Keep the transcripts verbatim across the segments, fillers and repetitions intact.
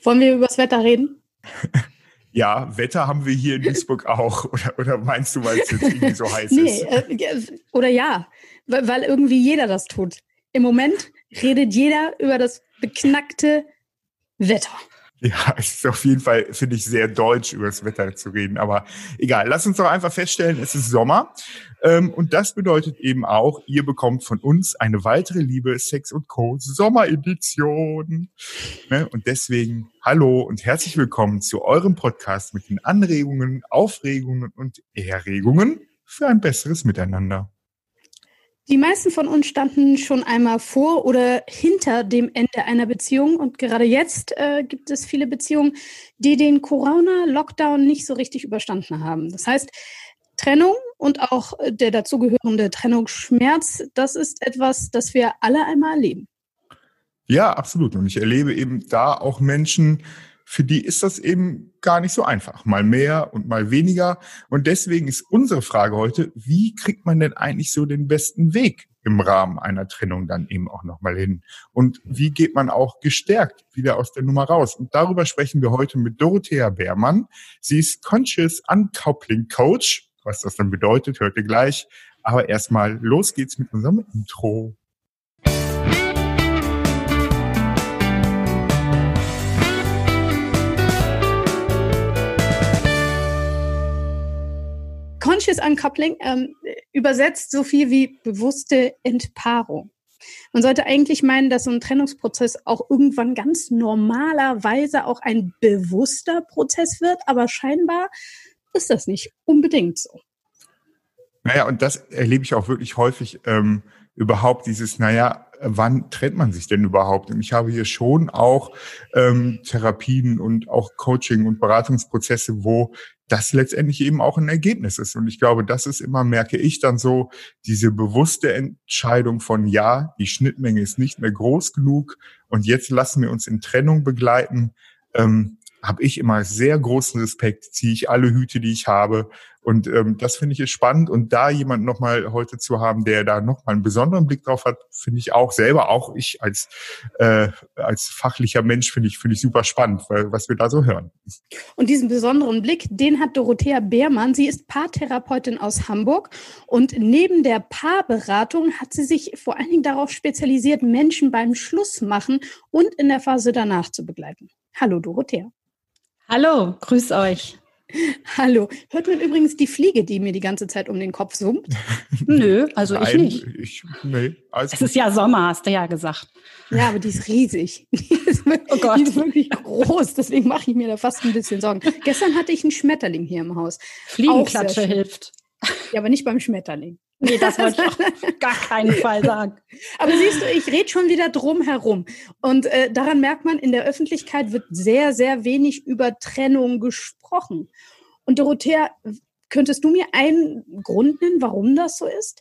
Wollen wir über das Wetter reden? Ja, Wetter haben wir hier in Duisburg auch. Oder, oder meinst du, weil es jetzt irgendwie so heiß nee, ist? Äh, oder ja, weil, weil irgendwie jeder das tut. Im Moment redet jeder über das beknackte Wetter. Ja, es ist auf jeden Fall, finde ich, sehr deutsch, über das Wetter zu reden. Aber egal, lass uns doch einfach feststellen, es ist Sommer. Ähm, und das bedeutet eben auch, ihr bekommt von uns eine weitere Liebe Sex und Co. Sommeredition. Ne? Und deswegen hallo und herzlich willkommen zu eurem Podcast mit den Anregungen, Aufregungen und Erregungen für ein besseres Miteinander. Die meisten von uns standen schon einmal vor oder hinter dem Ende einer Beziehung und gerade jetzt äh, gibt es viele Beziehungen, die den Corona-Lockdown nicht so richtig überstanden haben. Das heißt, Trennung und auch der dazugehörende Trennungsschmerz, das ist etwas, das wir alle einmal erleben. Ja, absolut. Und ich erlebe eben da auch Menschen, für die ist das eben gar nicht so einfach. Mal mehr und mal weniger. Und deswegen ist unsere Frage heute, wie kriegt man denn eigentlich so den besten Weg im Rahmen einer Trennung dann eben auch nochmal hin? Und wie geht man auch gestärkt wieder aus der Nummer raus? Und darüber sprechen wir heute mit Dorothea Beermann. Sie ist Conscious Uncoupling Coach. Was das dann bedeutet, hört ihr gleich. Aber erstmal, los geht's mit unserem Intro. Conscious Uncoupling ähm, übersetzt so viel wie bewusste Entpaarung. Man sollte eigentlich meinen, dass so ein Trennungsprozess auch irgendwann ganz normalerweise auch ein bewusster Prozess wird, aber scheinbar ist das nicht unbedingt so. Naja, und das erlebe ich auch wirklich häufig, ähm, überhaupt dieses, naja, wann trennt man sich denn überhaupt? Und ich habe hier schon auch ähm, Therapien und auch Coaching- und Beratungsprozesse, wo das letztendlich eben auch ein Ergebnis ist. Und ich glaube, das ist immer, merke ich dann so, diese bewusste Entscheidung von, ja, die Schnittmenge ist nicht mehr groß genug und jetzt lassen wir uns in Trennung begleiten, ähm, habe ich immer sehr großen Respekt, ziehe ich alle Hüte, die ich habe. Und ähm, das finde ich ist spannend. Und da jemanden nochmal heute zu haben, der da nochmal einen besonderen Blick drauf hat, finde ich auch selber, auch ich als äh, als fachlicher Mensch, finde ich finde ich super spannend, weil, was wir da so hören. Und diesen besonderen Blick, den hat Dorothea Beermann. Sie ist Paartherapeutin aus Hamburg. Und neben der Paarberatung hat sie sich vor allen Dingen darauf spezialisiert, Menschen beim Schlussmachen und in der Phase danach zu begleiten. Hallo Dorothea. Hallo, grüß euch. Hallo. Hört man übrigens die Fliege, die mir die ganze Zeit um den Kopf summt? Nö, also Nein, ich nicht. Ich, nee, es gut. Ist ja Sommer, hast du ja gesagt. Ja, aber die ist riesig. Die ist wirklich, oh Gott. Die ist wirklich groß, deswegen mache ich mir da fast ein bisschen Sorgen. Gestern hatte ich einen Schmetterling hier im Haus. Fliegenklatsche hilft. Ja, aber nicht beim Schmetterling. Nee, das wollte ich auf gar keinen Fall sagen. Aber siehst du, ich rede schon wieder drum herum. Und äh, daran merkt man, in der Öffentlichkeit wird sehr, sehr wenig über Trennung gesprochen. Und Dorothea, könntest du mir einen Grund nennen, warum das so ist?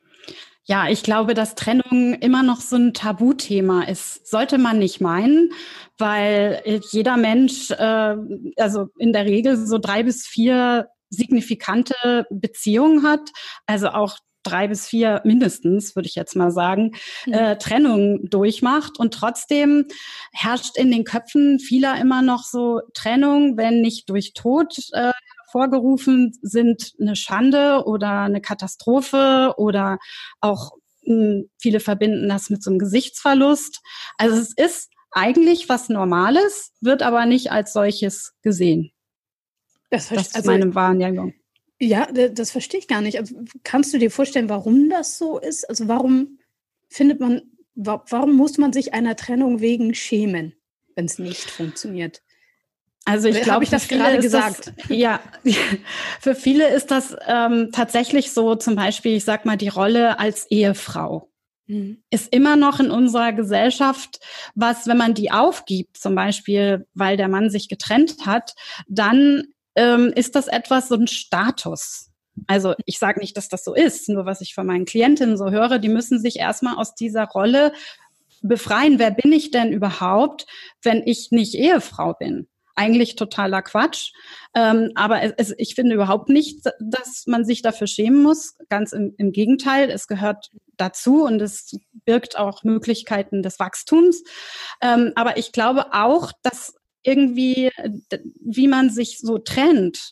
Ja, ich glaube, dass Trennung immer noch so ein Tabuthema ist. Sollte man nicht meinen, weil jeder Mensch, äh, also in der Regel so drei bis vier signifikante Beziehungen hat, also auch drei bis vier mindestens, würde ich jetzt mal sagen, mhm. äh, Trennung durchmacht. Und trotzdem herrscht in den Köpfen vieler immer noch so Trennung, wenn nicht durch Tod äh, hervorgerufen, sind eine Schande oder eine Katastrophe oder auch mh, viele verbinden das mit so einem Gesichtsverlust. Also es ist eigentlich was Normales, wird aber nicht als solches gesehen. Das, das ist also, meine Wahrnehmung. Ja, das verstehe ich gar nicht. Also, kannst du dir vorstellen, warum das so ist? Also warum findet man, warum muss man sich einer Trennung wegen schämen, wenn es nicht funktioniert? Also ich glaube, ich das gerade gesagt. Das, ja, für viele ist das ähm, tatsächlich so, zum Beispiel, ich sag mal, die Rolle als Ehefrau. Mhm. Ist immer noch in unserer Gesellschaft was, wenn man die aufgibt, zum Beispiel, weil der Mann sich getrennt hat, dann ähm, ist das etwas, so ein Status. Also ich sage nicht, dass das so ist, nur was ich von meinen Klientinnen so höre, die müssen sich erstmal aus dieser Rolle befreien. Wer bin ich denn überhaupt, wenn ich nicht Ehefrau bin? Eigentlich totaler Quatsch. Ähm, aber es, es, ich finde überhaupt nicht, dass man sich dafür schämen muss. Ganz im, im Gegenteil, es gehört dazu und es birgt auch Möglichkeiten des Wachstums. Ähm, aber ich glaube auch, dass irgendwie, wie man sich so trennt,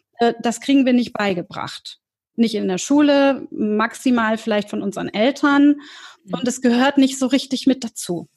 das kriegen wir nicht beigebracht. Nicht in der Schule, maximal vielleicht von unseren Eltern. Und es gehört nicht so richtig mit dazu.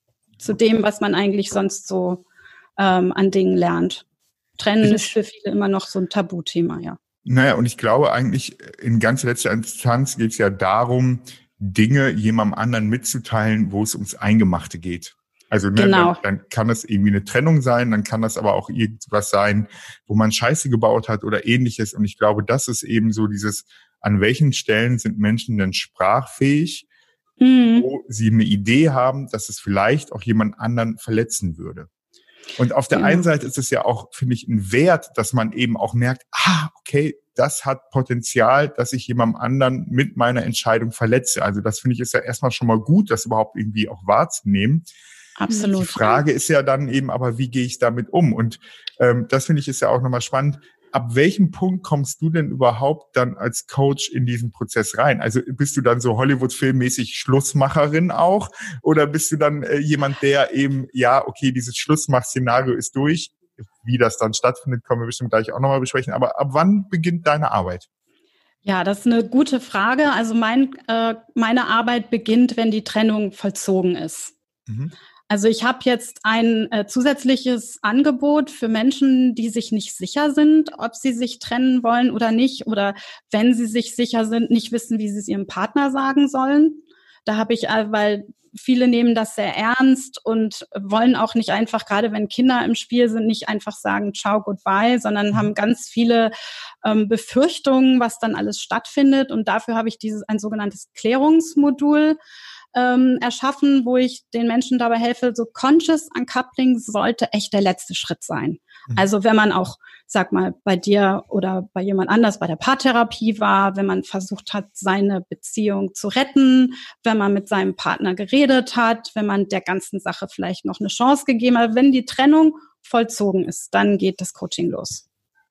Zu dem, was man eigentlich sonst so ähm, an Dingen lernt. Trennen ist für viele immer noch so ein Tabuthema, ja. Naja, und ich glaube eigentlich, in ganz letzter Instanz geht es ja darum, Dinge jemandem anderen mitzuteilen, wo es ums Eingemachte geht. Also ne, genau. dann, dann kann das irgendwie eine Trennung sein, dann kann das aber auch irgendwas sein, wo man Scheiße gebaut hat oder ähnliches. Und ich glaube, das ist eben so dieses, an welchen Stellen sind Menschen denn sprachfähig, mhm. wo sie eine Idee haben, dass es vielleicht auch jemand anderen verletzen würde. Und auf der genau. einen Seite ist es ja auch, finde ich, ein Wert, dass man eben auch merkt, ah, okay, das hat Potenzial, dass ich jemandem anderen mit meiner Entscheidung verletze. Also das finde ich ist ja erstmal schon mal gut, das überhaupt irgendwie auch wahrzunehmen. Absolut. Die Frage ist ja dann eben aber, wie gehe ich damit um? Und ähm, das finde ich ist ja auch nochmal spannend. Ab welchem Punkt kommst du denn überhaupt dann als Coach in diesen Prozess rein? Also bist du dann so Hollywood-filmmäßig Schlussmacherin auch? Oder bist du dann äh, jemand, der eben, ja, okay, dieses Schlussmach-Szenario ist durch. Wie das dann stattfindet, können wir bestimmt gleich auch nochmal besprechen. Aber ab wann beginnt deine Arbeit? Ja, das ist eine gute Frage. Also mein, äh, meine Arbeit beginnt, wenn die Trennung vollzogen ist. Mhm. Also ich habe jetzt ein äh, zusätzliches Angebot für Menschen, die sich nicht sicher sind, ob sie sich trennen wollen oder nicht. Oder wenn sie sich sicher sind, nicht wissen, wie sie es ihrem Partner sagen sollen. Da habe ich, äh, weil viele nehmen das sehr ernst und wollen auch nicht einfach, gerade wenn Kinder im Spiel sind, nicht einfach sagen, ciao, goodbye, sondern haben ganz viele ähm, Befürchtungen, was dann alles stattfindet. Und dafür habe ich dieses ein sogenanntes Klärungsmodul Ähm, erschaffen, wo ich den Menschen dabei helfe, so Conscious Uncoupling sollte echt der letzte Schritt sein. Mhm. Also wenn man auch, sag mal, bei dir oder bei jemand anders bei der Paartherapie war, wenn man versucht hat, seine Beziehung zu retten, wenn man mit seinem Partner geredet hat, wenn man der ganzen Sache vielleicht noch eine Chance gegeben hat, wenn die Trennung vollzogen ist, dann geht das Coaching los.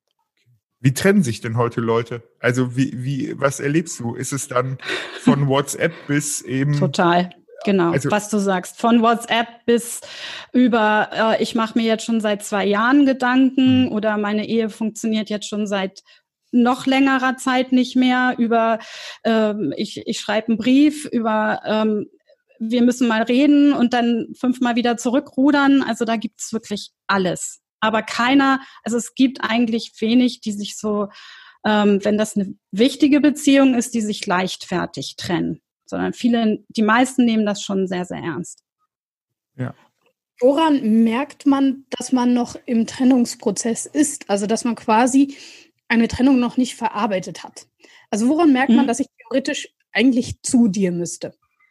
Wie trennen sich denn heute Leute? Also wie, wie, was erlebst du? Ist es dann von WhatsApp bis eben... Total, genau, also, was du sagst. Von WhatsApp bis über, äh, ich mache mir jetzt schon seit zwei Jahren Gedanken mhm. oder meine Ehe funktioniert jetzt schon seit noch längerer Zeit nicht mehr, über, ähm, ich, ich schreibe einen Brief, über... Ähm, wir müssen mal reden und dann fünfmal wieder zurückrudern. Also da gibt's wirklich alles. Aber keiner, also es gibt eigentlich wenig, die sich so, ähm, wenn das eine wichtige Beziehung ist, die sich leichtfertig trennen. Sondern viele, die meisten nehmen das schon sehr, sehr ernst. Ja. Woran merkt man, dass man noch im Trennungsprozess ist? Also dass man quasi eine Trennung noch nicht verarbeitet hat. Also woran merkt man, mhm. dass ich theoretisch eigentlich zu dir müsste?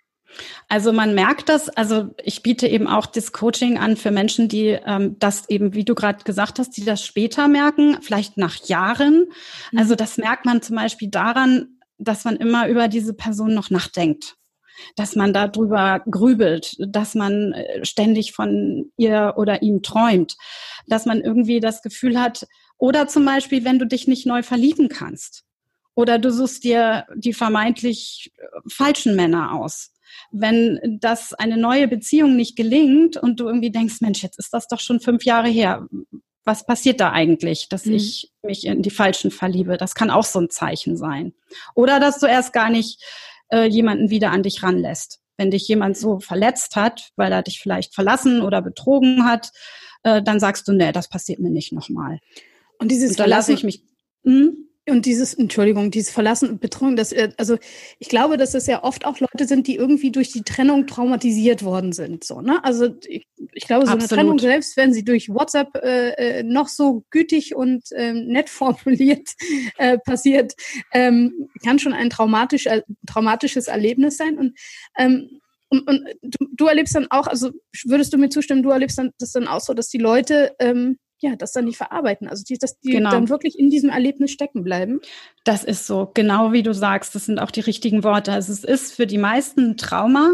Also man merkt das, also ich biete eben auch das Coaching an für Menschen, die ähm, das eben, wie du gerade gesagt hast, die das später merken, vielleicht nach Jahren. Mhm. Also das merkt man zum Beispiel daran, dass man immer über diese Person noch nachdenkt, dass man darüber grübelt, dass man ständig von ihr oder ihm träumt, dass man irgendwie das Gefühl hat, oder zum Beispiel, wenn du dich nicht neu verlieben kannst oder du suchst dir die vermeintlich falschen Männer aus. Wenn das eine neue Beziehung nicht gelingt und du irgendwie denkst, Mensch, jetzt ist das doch schon fünf Jahre her. Was passiert da eigentlich, dass mhm. ich mich in die Falschen verliebe? Das kann auch so ein Zeichen sein. Oder dass du erst gar nicht äh, jemanden wieder an dich ranlässt. Wenn dich jemand so verletzt hat, weil er dich vielleicht verlassen oder betrogen hat, äh, dann sagst du, nee, das passiert mir nicht nochmal. Und dieses und da lasse ich mich... Mh? Und dieses, Entschuldigung, dieses Verlassen und Betreuung, das, also ich glaube, dass es ja oft auch Leute sind, die irgendwie durch die Trennung traumatisiert worden sind. So, ne? Also ich, ich glaube, so Absolut. Eine Trennung, selbst wenn sie durch WhatsApp äh, noch so gütig und äh, nett formuliert äh, passiert, ähm, kann schon ein traumatisch, äh, traumatisches Erlebnis sein. Und ähm, Und, und du, du erlebst dann auch, also würdest du mir zustimmen, du erlebst dann das dann auch so, dass die Leute ähm, ja das dann nicht verarbeiten, also die, dass die genau. dann wirklich in diesem Erlebnis stecken bleiben? Das ist so, genau wie du sagst, das sind auch die richtigen Worte. Also es ist für die meisten ein Trauma,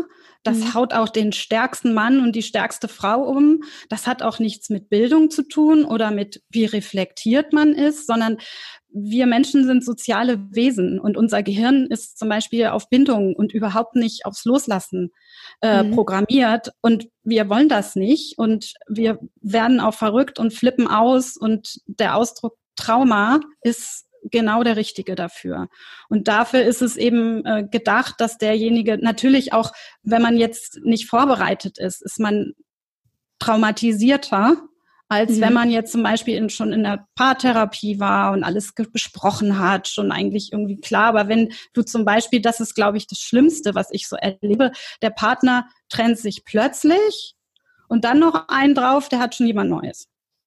Das mhm. haut auch den stärksten Mann und die stärkste Frau um. Das hat auch nichts mit Bildung zu tun oder mit wie reflektiert man ist, sondern wir Menschen sind soziale Wesen und unser Gehirn ist zum Beispiel auf Bindung und überhaupt nicht aufs Loslassen äh, mhm. programmiert. Und wir wollen das nicht. Und wir werden auch verrückt und flippen aus. Und der Ausdruck Trauma ist genau der richtige dafür. Und dafür ist es eben äh, gedacht, dass derjenige natürlich auch, wenn man jetzt nicht vorbereitet ist, ist man traumatisierter, als mhm. wenn man jetzt zum Beispiel in, schon in der Paartherapie war und alles ge- besprochen hat, schon eigentlich irgendwie klar. Aber wenn du zum Beispiel, das ist, glaube ich, das Schlimmste, was ich so erlebe, der Partner trennt sich plötzlich und dann noch einen drauf, der hat schon jemand Neues.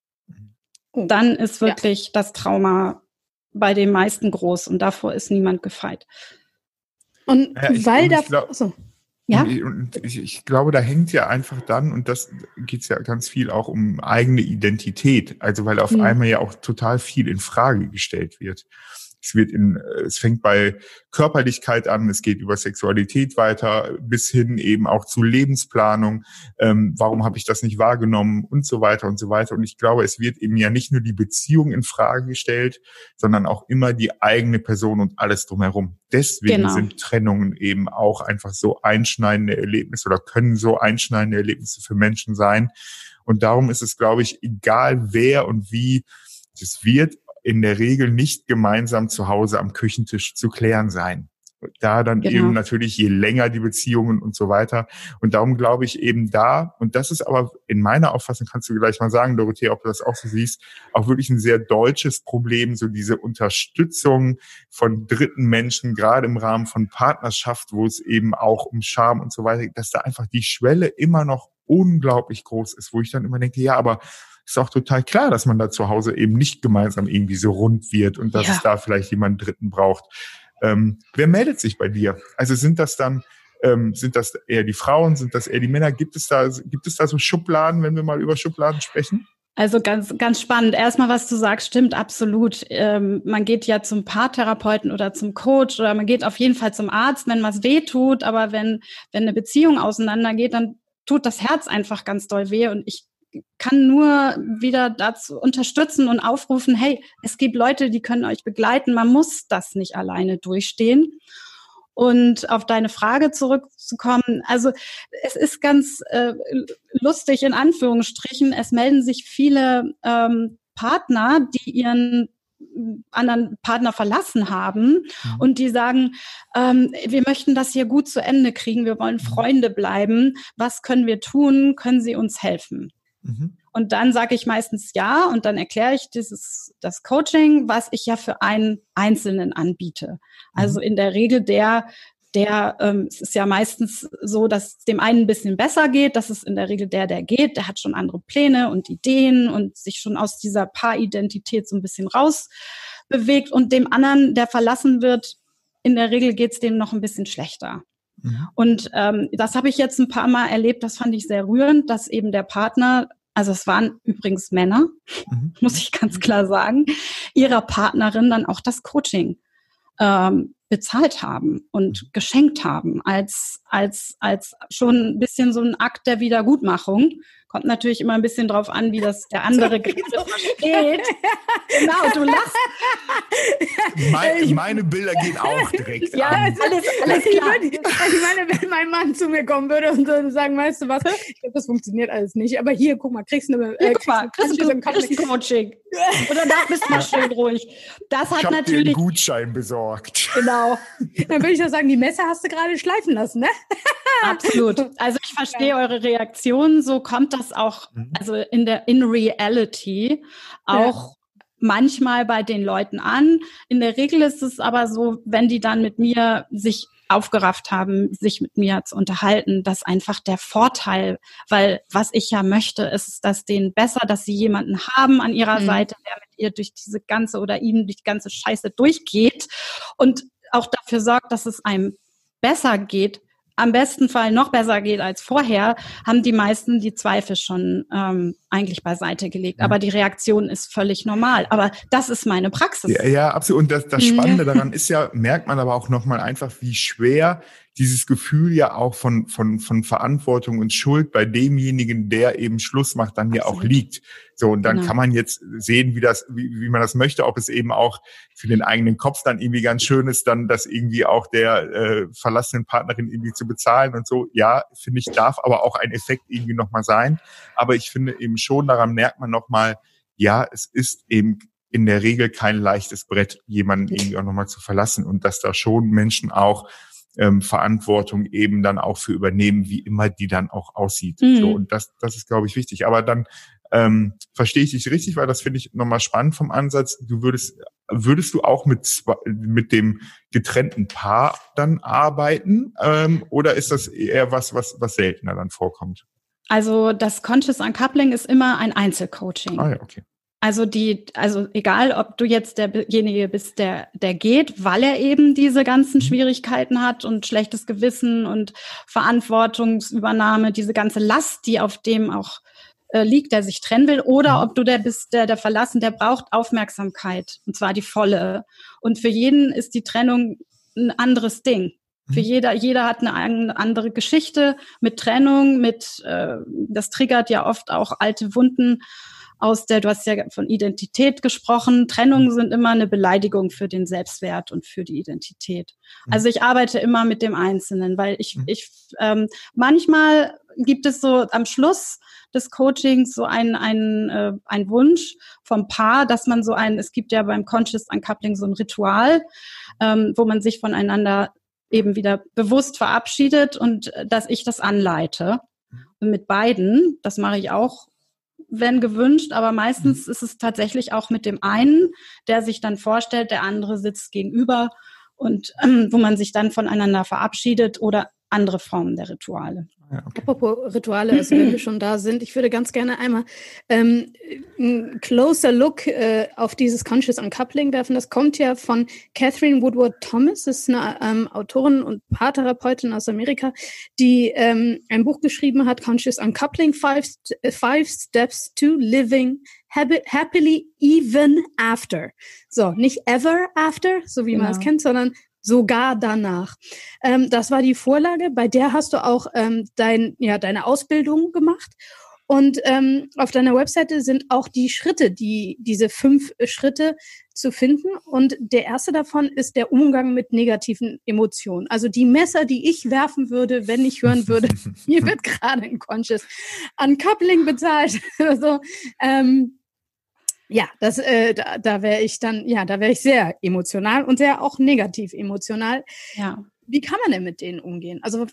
Oh. Dann ist wirklich ja. das Trauma bei den meisten groß und davor ist niemand gefeit. Und ja, ich, weil und da... Glaub, so. Ja? Und ich, und ich, ich glaube, da hängt ja einfach dann, und das geht's ja ganz viel auch um eigene Identität, also weil auf mhm. einmal ja auch total viel in Frage gestellt wird. Es wird in, es fängt bei Körperlichkeit an, es geht über Sexualität weiter, bis hin eben auch zu Lebensplanung. Ähm, warum habe ich das nicht wahrgenommen und so weiter und so weiter. Und ich glaube, es wird eben ja nicht nur die Beziehung in Frage gestellt, sondern auch immer die eigene Person und alles drumherum. Deswegen genau. sind Trennungen eben auch einfach so einschneidende Erlebnisse oder können so einschneidende Erlebnisse für Menschen sein. Und darum ist es, glaube ich, egal wer und wie, das wird in der Regel nicht gemeinsam zu Hause am Küchentisch zu klären sein. Da dann genau. eben natürlich je länger die Beziehungen und so weiter. Und darum glaube ich eben da, und das ist aber in meiner Auffassung, kannst du gleich mal sagen, Dorothea, ob du das auch so siehst, auch wirklich ein sehr deutsches Problem, so diese Unterstützung von dritten Menschen, gerade im Rahmen von Partnerschaft, wo es eben auch um Scham und so weiter geht, dass da einfach die Schwelle immer noch unglaublich groß ist, wo ich dann immer denke, ja, aber ist auch total klar, dass man da zu Hause eben nicht gemeinsam irgendwie so rund wird und dass ja. es da vielleicht jemanden Dritten braucht. Ähm, wer meldet sich bei dir? Also sind das dann, ähm, sind das eher die Frauen, sind das eher die Männer? Gibt es da, gibt es da so Schubladen, wenn wir mal über Schubladen sprechen? Also ganz, ganz spannend. Erstmal, was du sagst, stimmt absolut. Ähm, man geht ja zum Paartherapeuten oder zum Coach oder man geht auf jeden Fall zum Arzt, wenn was weh tut. Aber wenn, wenn eine Beziehung auseinandergeht, dann tut das Herz einfach ganz doll weh. Und ich kann nur wieder dazu unterstützen und aufrufen, hey, es gibt Leute, die können euch begleiten. Man muss das nicht alleine durchstehen. Und auf deine Frage zurückzukommen, also es ist ganz äh, lustig in Anführungsstrichen, es melden sich viele ähm, Partner, die ihren anderen Partner verlassen haben mhm. und die sagen, ähm, wir möchten das hier gut zu Ende kriegen, wir wollen Freunde bleiben, was können wir tun, können Sie uns helfen? Mhm. Und dann sage ich meistens ja und dann erkläre ich dieses das Coaching, was ich ja für einen Einzelnen anbiete. Also in der Regel der, der ähm, es ist ja meistens so, dass dem einen ein bisschen besser geht. Das ist in der Regel der, der geht. Der hat schon andere Pläne und Ideen und sich schon aus dieser Paaridentität so ein bisschen rausbewegt. Und dem anderen, der verlassen wird, in der Regel geht es dem noch ein bisschen schlechter. Und ähm, das habe ich jetzt ein paar Mal erlebt, das fand ich sehr rührend, dass eben der Partner, also es waren übrigens Männer, mhm. muss ich ganz klar sagen, ihrer Partnerin dann auch das Coaching ähm, bezahlt haben und geschenkt haben, als als als schon ein bisschen so ein Akt der Wiedergutmachung. Kommt natürlich immer ein bisschen drauf an, wie das der andere gerade versteht. Genau, du lachst. Meine, meine Bilder gehen auch direkt ja, an. Alles, alles klar. Ich meine, wenn mein Mann zu mir kommen würde und so sagen, weißt du was, ich glaube, das funktioniert alles nicht. Aber hier, guck mal, kriegst du eine, äh, guck mal, kriegst du ein Coaching. Oder da bist du mal schön ruhig. Das hat ich hab natürlich dir einen Gutschein besorgt. Genau. Dann würde ich doch sagen, die Messer hast du gerade schleifen lassen, ne? Absolut. Also ich verstehe ja. eure Reaktion. So kommt das auch, also in der in Reality auch ja. manchmal bei den Leuten an. In der Regel ist es aber so, wenn die dann mit mir sich aufgerafft haben, sich mit mir zu unterhalten, dass einfach der Vorteil, weil was ich ja möchte, ist, dass denen besser, dass sie jemanden haben an ihrer mhm. Seite, der mit ihr durch diese ganze oder ihnen durch die ganze Scheiße durchgeht und auch dafür sorgt, dass es einem besser geht, am besten Fall noch besser geht als vorher, haben die meisten die Zweifel schon ähm, eigentlich beiseite gelegt. Aber die Reaktion ist völlig normal. Aber das ist meine Praxis. Ja, ja absolut. Und das, das Spannende daran ist ja, merkt man aber auch nochmal einfach, wie schwer dieses Gefühl ja auch von, von, von Verantwortung und Schuld bei demjenigen, der eben Schluss macht, dann ja auch liegt. So, und dann genau. kann man jetzt sehen, wie das, wie, wie man das möchte, ob es eben auch für den eigenen Kopf dann irgendwie ganz schön ist, dann das irgendwie auch der äh, verlassenen Partnerin irgendwie zu bezahlen und so. Ja, finde ich, darf aber auch ein Effekt irgendwie nochmal sein. Aber ich finde eben schon, daran merkt man nochmal, ja, es ist eben in der Regel kein leichtes Brett, jemanden irgendwie auch nochmal zu verlassen und dass da schon Menschen auch ähm, Verantwortung eben dann auch für übernehmen, wie immer die dann auch aussieht. Mhm. So, und das, das ist, glaube ich, wichtig. Aber dann ähm, verstehe ich dich richtig, weil das finde ich nochmal spannend vom Ansatz. Du würdest, würdest du auch mit zwei, mit dem getrennten Paar dann arbeiten, ähm, oder ist das eher was, was, was seltener dann vorkommt? Also das Conscious Uncoupling ist immer ein Einzelcoaching. Ah ja, okay. Also die, also egal, ob du jetzt derjenige bist, der, der geht, weil er eben diese ganzen Schwierigkeiten hat und schlechtes Gewissen und Verantwortungsübernahme, diese ganze Last, die auf dem auch äh, liegt, der sich trennen will, oder ob du der bist, der, der verlassen, der braucht Aufmerksamkeit, und zwar die volle. Und für jeden ist die Trennung ein anderes Ding. Für jeder, jeder hat eine andere Geschichte mit Trennung, mit, äh, das triggert ja oft auch alte Wunden aus der, du hast ja von Identität gesprochen. Trennungen sind immer eine Beleidigung für den Selbstwert und für die Identität. Also ich arbeite immer mit dem Einzelnen, weil ich, ich, ähm, manchmal gibt es so am Schluss des Coachings so einen, einen, äh, einen Wunsch vom Paar, dass man so ein, es gibt ja beim Conscious Uncoupling so ein Ritual, ähm, wo man sich voneinander eben wieder bewusst verabschiedet und äh, dass ich das anleite. Und mit beiden, das mache ich auch, wenn gewünscht, aber meistens ist es tatsächlich auch mit dem einen, der sich dann vorstellt, der andere sitzt gegenüber und ähm, wo man sich dann voneinander verabschiedet oder andere Formen der Rituale. Ja, okay. Apropos Rituale, also wenn wir schon da sind, ich würde ganz gerne einmal ähm, einen closer Look äh, auf dieses Conscious Uncoupling werfen. Das kommt ja von Catherine Woodward Thomas, das ist eine ähm, Autorin und Paartherapeutin aus Amerika, die ähm, ein Buch geschrieben hat, Conscious Uncoupling, Five, Five Steps to Living Happy, Happily Even After. So, nicht ever after, so wie genau. man es kennt, sondern sogar danach. Ähm, das war die Vorlage, bei der hast du auch ähm, dein, ja, deine Ausbildung gemacht. Und ähm, auf deiner Webseite sind auch die Schritte, die diese fünf Schritte zu finden. Und der erste davon ist der Umgang mit negativen Emotionen. Also die Messer, die ich werfen würde, wenn ich hören würde, hier wird gerade ein Conscious Uncoupling bezahlt. so, ähm, Ja, das, äh, da, da wäre ich dann, ja, da wäre ich sehr emotional und sehr auch negativ emotional. Ja. Wie kann man denn mit denen umgehen? Also,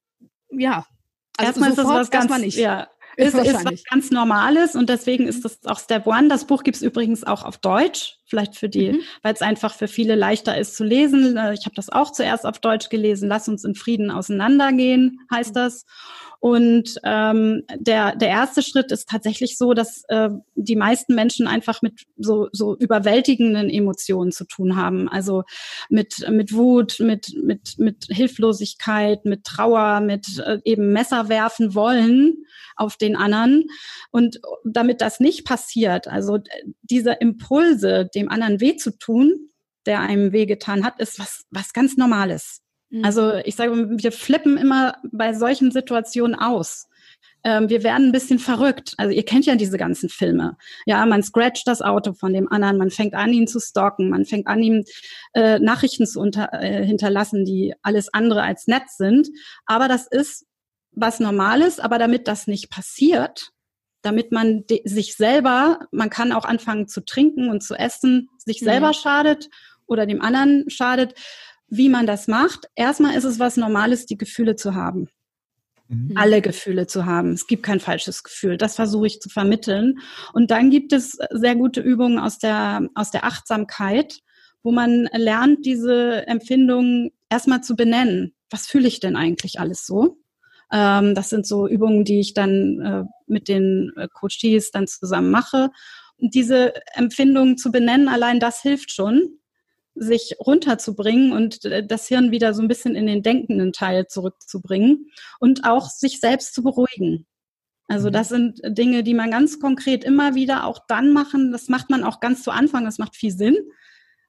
ja. Also erstmal ist das was ganz, nicht. Ja, ist, ist was ganz Normales und deswegen ist das auch Step One. Das Buch gibt's übrigens auch auf Deutsch, vielleicht für die, mhm. weil es einfach für viele leichter ist zu lesen. Ich habe das auch zuerst auf Deutsch gelesen. Lass uns in Frieden auseinandergehen, heißt das. Und ähm, der der erste Schritt ist tatsächlich so, dass äh, die meisten Menschen einfach mit so so überwältigenden Emotionen zu tun haben, also mit mit Wut, mit mit mit Hilflosigkeit, mit Trauer, mit äh, eben Messer werfen wollen auf den anderen. Und damit das nicht passiert, also diese Impulse, dem anderen weh zu tun, der einem wehgetan hat, ist was was ganz Normales. Also ich sage, wir flippen immer bei solchen Situationen aus. Ähm, wir werden ein bisschen verrückt. Also ihr kennt ja diese ganzen Filme. Ja, man scratcht das Auto von dem anderen, man fängt an, ihn zu stalken, man fängt an, ihm äh, Nachrichten zu unter, äh, hinterlassen, die alles andere als nett sind. Aber das ist was Normales. Aber damit das nicht passiert, damit man de- sich selber, man kann auch anfangen zu trinken und zu essen, sich selber mhm. schadet oder dem anderen schadet, wie man das macht. Erstmal ist es was Normales, die Gefühle zu haben. Mhm. Alle Gefühle zu haben. Es gibt kein falsches Gefühl. Das versuche ich zu vermitteln. Und dann gibt es sehr gute Übungen aus der, aus der Achtsamkeit, wo man lernt, diese Empfindungen erstmal zu benennen. Was fühle ich denn eigentlich alles so? Ähm, das sind so Übungen, die ich dann äh, mit den äh, Coaches dann zusammen mache. Und diese Empfindungen zu benennen, allein das hilft schon, sich runterzubringen und das Hirn wieder so ein bisschen in den denkenden Teil zurückzubringen und auch sich selbst zu beruhigen. Also das sind Dinge, die man ganz konkret immer wieder auch dann machen. Das macht man auch ganz zu Anfang, das macht viel Sinn.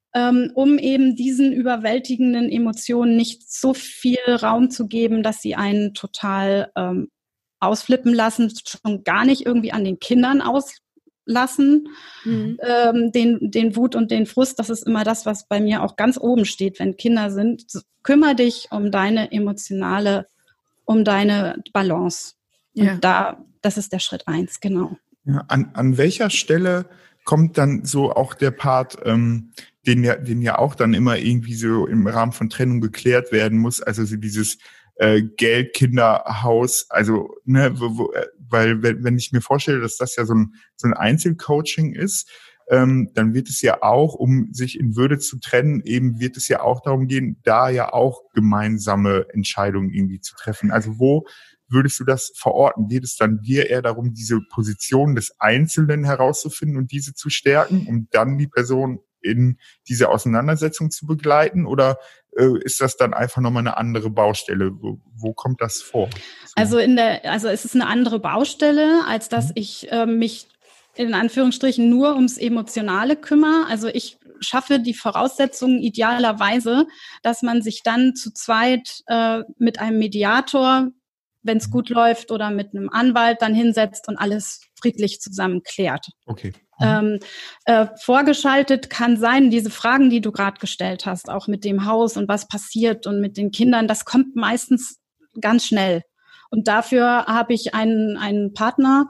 ähm, um eben diesen überwältigenden Emotionen nicht so viel Raum zu geben, dass sie einen total ähm, ausflippen lassen, schon gar nicht irgendwie an den Kindern auslassen, mhm. ähm, den, den Wut und den Frust. Das ist immer das, was bei mir auch ganz oben steht, wenn Kinder sind. Kümmer dich um deine emotionale, um deine Balance. Ja. Und da, das ist der Schritt eins, genau. Ja, an, an welcher Stelle kommt dann so auch der Part, ähm, den ja, den ja auch dann immer irgendwie so im Rahmen von Trennung geklärt werden muss, also so dieses äh, Geld, Kinder, Haus, also ne, wo, wo, weil wenn, wenn ich mir vorstelle, dass das ja so ein so ein Einzelcoaching ist, ähm, dann wird es ja auch, um sich in Würde zu trennen, eben wird es ja auch darum gehen, da ja auch gemeinsame Entscheidungen irgendwie zu treffen. Also wo würdest du das verorten? Geht es dann dir eher darum, diese Position des Einzelnen herauszufinden und diese zu stärken, um dann die Person in diese Auseinandersetzung zu begleiten? Oder äh, ist das dann einfach nochmal eine andere Baustelle? Wo, wo kommt das vor? So. Also in der, also es ist eine andere Baustelle, als dass mhm. ich äh, mich in Anführungsstrichen nur ums Emotionale kümmere. Also ich schaffe die Voraussetzungen idealerweise, dass man sich dann zu zweit äh, mit einem Mediator, wenn es gut läuft, oder mit einem Anwalt dann hinsetzt und alles friedlich zusammen klärt. Okay. Mhm. Ähm, äh, vorgeschaltet kann sein, diese Fragen, die du gerade gestellt hast, auch mit dem Haus und was passiert und mit den Kindern, das kommt meistens ganz schnell. Und dafür habe ich einen, einen Partner.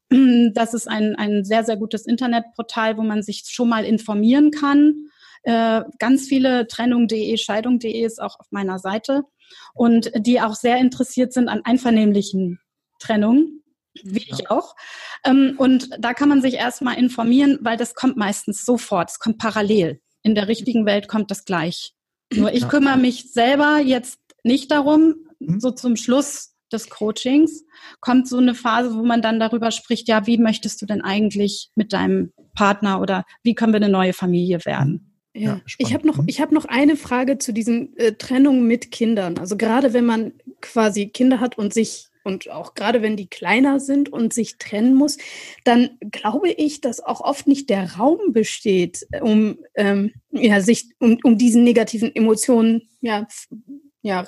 Das ist ein, ein sehr, sehr gutes Internetportal, wo man sich schon mal informieren kann. Äh, ganz viele Trennung punkt de, Scheidung punkt de ist auch auf meiner Seite. Und die auch sehr interessiert sind an einvernehmlichen Trennungen, wie ja. ich auch. Ähm, und da kann man sich erstmal informieren, weil das kommt meistens sofort, es kommt parallel. In der richtigen Welt kommt das gleich. Nur ich ja. kümmere mich selber jetzt nicht darum, mhm. so zum Schluss des Coachings kommt so eine Phase, wo man dann darüber spricht, ja, wie möchtest du denn eigentlich mit deinem Partner oder wie können wir eine neue Familie werden? Ja, ja ich habe noch, ich habe noch eine Frage zu diesen äh, Trennungen mit Kindern. Also gerade wenn man quasi Kinder hat und sich und auch gerade wenn die kleiner sind und sich trennen muss, dann glaube ich, dass auch oft nicht der Raum besteht, um ähm, ja sich um, um diesen negativen Emotionen ja ja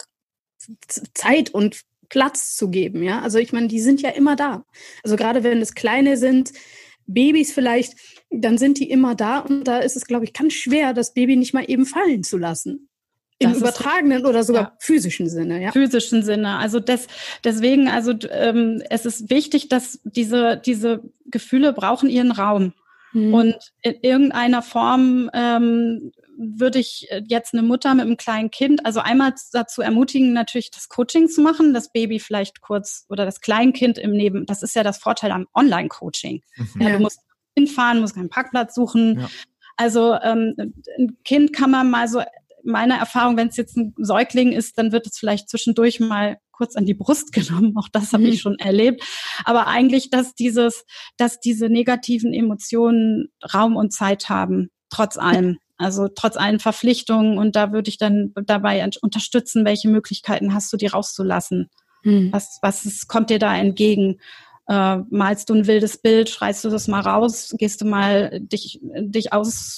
Zeit und Platz zu geben, ja. Also ich meine, die sind ja immer da. Also gerade wenn es Kleine sind, Babys vielleicht, dann sind die immer da und da ist es, glaube ich, ganz schwer, das Baby nicht mal eben fallen zu lassen. Im das übertragenen ist, oder sogar ja. physischen Sinne, ja. Physischen Sinne. Also des, deswegen, also ähm, es ist wichtig, dass diese, diese Gefühle brauchen ihren Raum. Mhm. Und in irgendeiner Form ähm, würde ich jetzt eine Mutter mit einem kleinen Kind, also einmal dazu ermutigen, natürlich das Coaching zu machen, das Baby vielleicht kurz oder das Kleinkind im Neben, das ist ja das Vorteil am Online-Coaching. Mhm. Ja, du musst hinfahren, musst keinen Parkplatz suchen. Ja. Also ähm, ein Kind kann man mal so, meine Erfahrung, wenn es jetzt ein Säugling ist, dann wird es vielleicht zwischendurch mal kurz an die Brust genommen. Auch das habe mhm. ich schon erlebt. Aber eigentlich, dass dieses, dass diese negativen Emotionen Raum und Zeit haben, trotz allem. Also trotz allen Verpflichtungen. Und da würde ich dann dabei unterstützen, welche Möglichkeiten hast du, die rauszulassen? Mhm. Was, was ist, kommt dir da entgegen? Äh, malst du ein wildes Bild, schreist du das mal raus, gehst du mal dich, dich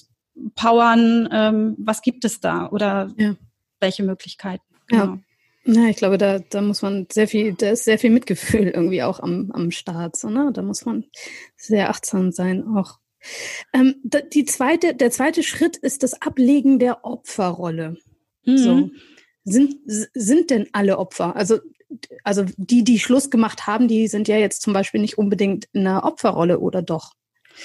auspowern? Ähm, was gibt es da? Oder ja. welche Möglichkeiten? Genau. Ja. Ja, ich glaube, da, da muss man sehr viel, da ist sehr viel Mitgefühl irgendwie auch am, am Start, so, ne? Da muss man sehr achtsam sein auch. Ähm, die zweite, der zweite Schritt ist das Ablegen der Opferrolle. Mhm. So. Sind, sind denn alle Opfer? Also, also die, die Schluss gemacht haben, die sind ja jetzt zum Beispiel nicht unbedingt in einer Opferrolle, oder doch?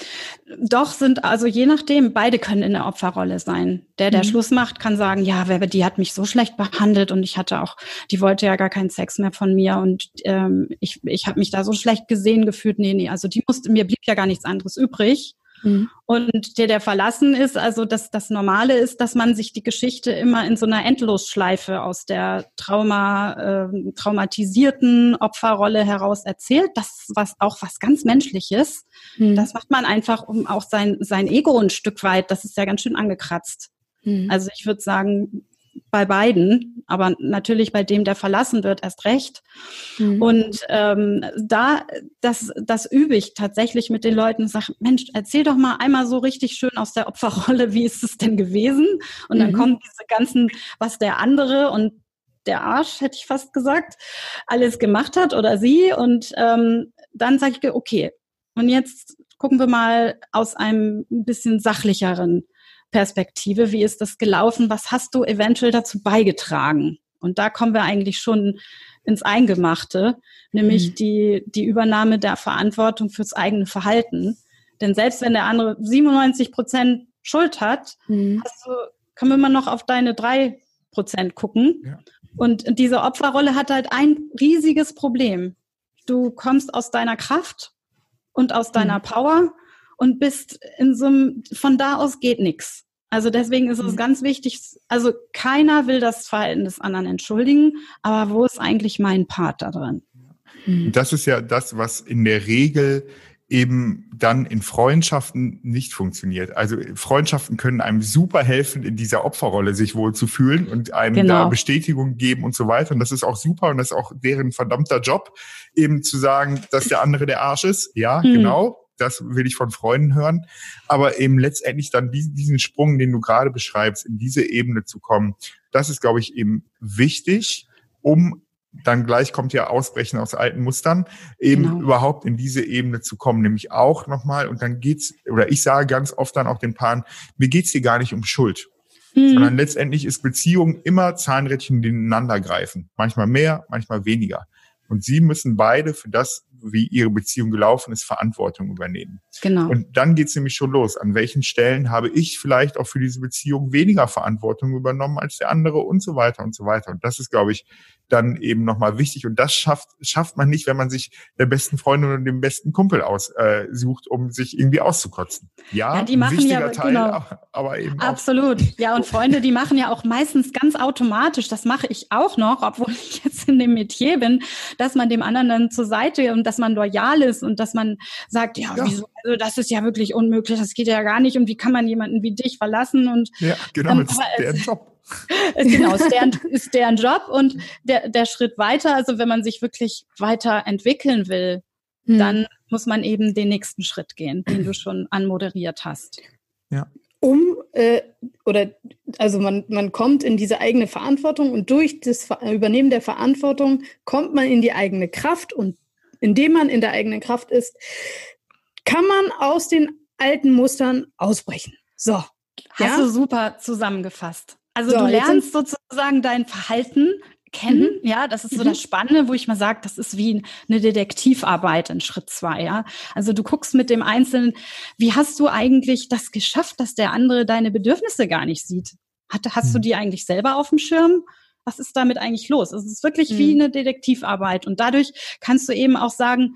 Doch, sind, also je nachdem, beide können in der Opferrolle sein. Der, der mhm. Schluss macht, kann sagen, ja, die hat mich so schlecht behandelt und ich hatte auch, die wollte ja gar keinen Sex mehr von mir und ähm, ich, ich habe mich da so schlecht gesehen gefühlt. Nee, nee, also die musste, mir blieb ja gar nichts anderes übrig. Mhm. Und der, der verlassen ist, also das, das Normale ist, dass man sich die Geschichte immer in so einer Endlosschleife aus der Trauma, äh, traumatisierten Opferrolle heraus erzählt. Das ist was, auch was ganz Menschliches. Mhm. Das macht man einfach, um auch sein, sein Ego ein Stück weit, das ist ja ganz schön angekratzt. Mhm. Also ich würde sagen, bei beiden, aber natürlich bei dem, der verlassen wird, erst recht. Mhm. Und ähm, da, das, das übe ich tatsächlich mit den Leuten und sage, Mensch, erzähl doch mal einmal so richtig schön aus der Opferrolle, wie ist es denn gewesen? Und dann mhm. kommen diese ganzen, was der andere und der Arsch, hätte ich fast gesagt, alles gemacht hat oder sie. Und ähm, dann sage ich, okay, und jetzt gucken wir mal aus einem ein bisschen sachlicheren Perspektive, wie ist das gelaufen, was hast du eventuell dazu beigetragen? Und da kommen wir eigentlich schon ins Eingemachte, nämlich mhm. die, die Übernahme der Verantwortung fürs eigene Verhalten. Denn selbst wenn der andere siebenundneunzig Prozent Schuld hat, mhm. hast du, können wir mal noch auf deine drei Prozent gucken. Ja. Und diese Opferrolle hat halt ein riesiges Problem. Du kommst aus deiner Kraft und aus deiner mhm. Power und bist in so einem, von da aus geht nichts. Also deswegen ist es mhm. ganz wichtig, also keiner will das Verhalten des anderen entschuldigen, aber wo ist eigentlich mein Part da drin? Mhm. Das ist ja das, was in der Regel eben dann in Freundschaften nicht funktioniert. Also Freundschaften können einem super helfen, in dieser Opferrolle sich wohl zu fühlen und einem genau. da Bestätigung geben und so weiter. Und das ist auch super und das ist auch deren verdammter Job, eben zu sagen, dass der andere der Arsch ist. Ja, mhm. genau. Das will ich von Freunden hören. Aber eben letztendlich dann diesen Sprung, den du gerade beschreibst, in diese Ebene zu kommen, das ist, glaube ich, eben wichtig, um dann gleich kommt ja Ausbrechen aus alten Mustern, eben genau. überhaupt in diese Ebene zu kommen, nämlich auch nochmal, und dann geht's, oder ich sage ganz oft dann auch den Paaren, mir geht's hier gar nicht um Schuld, mhm. sondern letztendlich ist Beziehung immer Zahnrädchen, die ineinander greifen. Manchmal mehr, manchmal weniger. Und sie müssen beide für das, wie ihre Beziehung gelaufen ist, Verantwortung übernehmen. Genau. Und dann geht's nämlich schon los. An welchen Stellen habe ich vielleicht auch für diese Beziehung weniger Verantwortung übernommen als der andere und so weiter und so weiter. Und das ist, glaube ich, dann eben nochmal wichtig. Und das schafft schafft man nicht, wenn man sich der besten Freundin oder dem besten Kumpel aussucht, äh, um sich irgendwie auszukotzen. Ja, ja die machen wichtiger ja, Teil, genau. aber, aber eben absolut. Auch. Ja, und Freunde, die machen ja auch meistens ganz automatisch, das mache ich auch noch, obwohl ich jetzt in dem Metier bin, dass man dem anderen dann zur Seite und dass man loyal ist und dass man sagt, ja, ja. wieso, also das ist ja wirklich unmöglich, das geht ja gar nicht und wie kann man jemanden wie dich verlassen? Und ja, genau, ähm, das ist deren Job. Genau, ist deren, ist deren Job und der, der Schritt weiter, also wenn man sich wirklich weiterentwickeln will, hm. dann muss man eben den nächsten Schritt gehen, den du schon anmoderiert hast. Ja. Um, äh, oder, also man, man kommt in diese eigene Verantwortung und durch das Übernehmen der Verantwortung kommt man in die eigene Kraft und indem man in der eigenen Kraft ist, kann man aus den alten Mustern ausbrechen. So. Hast ja? du super zusammengefasst. Also so, du lernst sozusagen dein Verhalten kennen, mhm. ja, das ist so mhm. das Spannende, wo ich mal sage, das ist wie eine Detektivarbeit in Schritt zwei, ja. Also du guckst mit dem Einzelnen, wie hast du eigentlich das geschafft, dass der andere deine Bedürfnisse gar nicht sieht? Hat, hast mhm. du die eigentlich selber auf dem Schirm? Was ist damit eigentlich los? Es ist wirklich mhm. wie eine Detektivarbeit und dadurch kannst du eben auch sagen,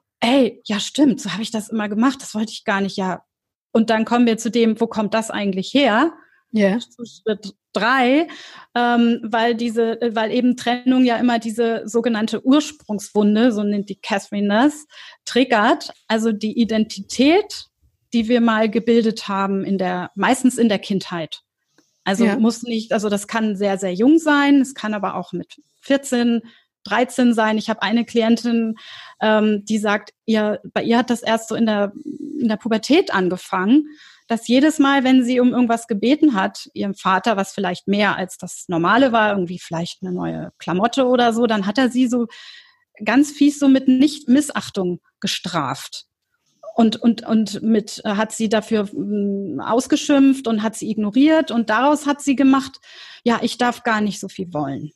ey, ja stimmt, so habe ich das immer gemacht, das wollte ich gar nicht, ja. Und dann kommen wir zu dem, wo kommt das eigentlich her? Ja. Zu Schritt drei, ähm, weil diese, weil eben Trennung ja immer diese sogenannte Ursprungswunde, so nennt die Catherine das, triggert. Also die Identität, die wir mal gebildet haben in der, meistens in der Kindheit. Also ja. muss nicht, also das kann sehr, sehr jung sein, es kann aber auch mit vierzehn, dreizehn sein. Ich habe eine Klientin, ähm, die sagt, ihr, bei ihr hat das erst so in der, in der Pubertät angefangen, dass jedes Mal, wenn sie um irgendwas gebeten hat, ihrem Vater, was vielleicht mehr als das Normale war, irgendwie vielleicht eine neue Klamotte oder so, dann hat er sie so ganz fies so mit Nicht-Missachtung gestraft. Und, und, und mit, hat sie dafür mh, ausgeschimpft und hat sie ignoriert und daraus hat sie gemacht, ja, ich darf gar nicht so viel wollen.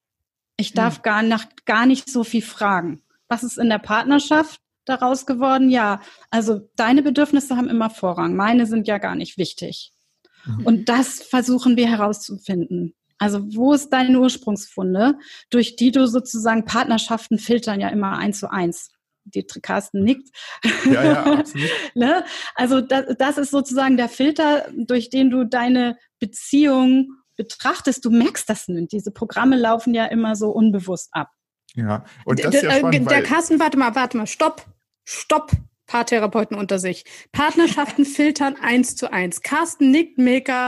Ich darf hm. gar, nach, gar nicht so viel fragen. Was ist in der Partnerschaft daraus geworden? Ja, also deine Bedürfnisse haben immer Vorrang. Meine sind ja gar nicht wichtig. Mhm. Und das versuchen wir herauszufinden. Also wo ist deine Ursprungsfunde, durch die du sozusagen Partnerschaften filtern ja immer eins zu eins. Die Carsten nickt. Ja, ja, absolut. Ne? Also das, das ist sozusagen der Filter, durch den du deine Beziehung betrachtest. Du merkst das nicht. Diese Programme laufen ja immer so unbewusst ab. Ja, und das ist ja spannend, der weil Carsten, warte mal, warte mal, stopp, stopp, Paartherapeuten unter sich. Partnerschaften filtern eins zu eins. Carsten nickt, mega,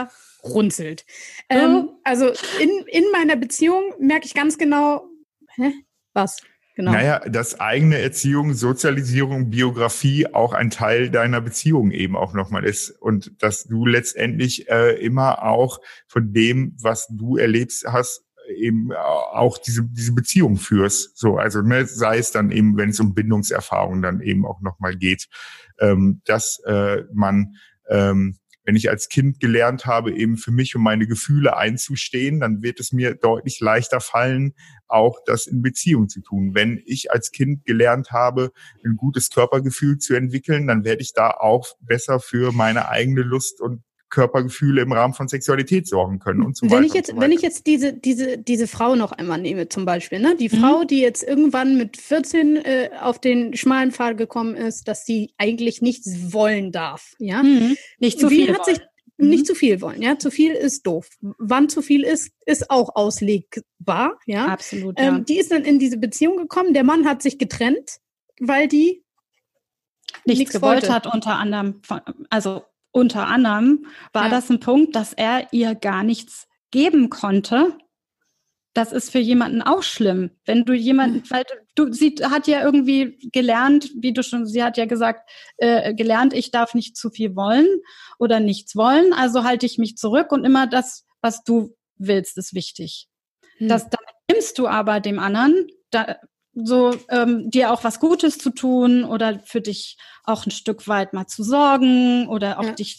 runzelt. Ähm, also in, in meiner Beziehung merke ich ganz genau, hä? Was? Genau. Naja, dass eigene Erziehung, Sozialisierung, Biografie auch ein Teil deiner Beziehung eben auch nochmal ist und dass du letztendlich äh, immer auch von dem, was du erlebst hast, eben auch diese diese Beziehung führst. So, also ne, sei es dann eben, wenn es um Bindungserfahrung dann eben auch nochmal geht, ähm, dass äh, man ähm, wenn ich als Kind gelernt habe, eben für mich und meine Gefühle einzustehen, dann wird es mir deutlich leichter fallen, auch das in Beziehung zu tun. Wenn ich als Kind gelernt habe, ein gutes Körpergefühl zu entwickeln, dann werde ich da auch besser für meine eigene Lust und Körpergefühle im Rahmen von Sexualität sorgen können und so weiter. Wenn ich jetzt, und so weiter. wenn ich jetzt diese, diese, diese Frau noch einmal nehme, zum Beispiel, ne? Die mhm. Frau, die jetzt irgendwann mit vierzehn äh, auf den schmalen Pfad gekommen ist, dass sie eigentlich nichts wollen darf, ja? Mhm. Nicht zu Wie viel hat sich mhm. Nicht zu viel wollen, ja? Zu viel ist doof. Wann zu viel ist, ist auch auslegbar, ja? Absolut, ja. Ähm, die ist dann in diese Beziehung gekommen, der Mann hat sich getrennt, weil die nichts, nichts gewollt wollte. hat, unter anderem, also Unter anderem war ja. das ein Punkt, dass er ihr gar nichts geben konnte. Das ist für jemanden auch schlimm. Wenn du jemanden, weil du, sie hat ja irgendwie gelernt, wie du schon, sie hat ja gesagt, äh, gelernt, ich darf nicht zu viel wollen oder nichts wollen, also halte ich mich zurück und immer das, was du willst, ist wichtig. Hm. Das, damit nimmst du aber dem anderen, da, so ähm, dir auch was Gutes zu tun oder für dich auch ein Stück weit mal zu sorgen oder auch ja. dich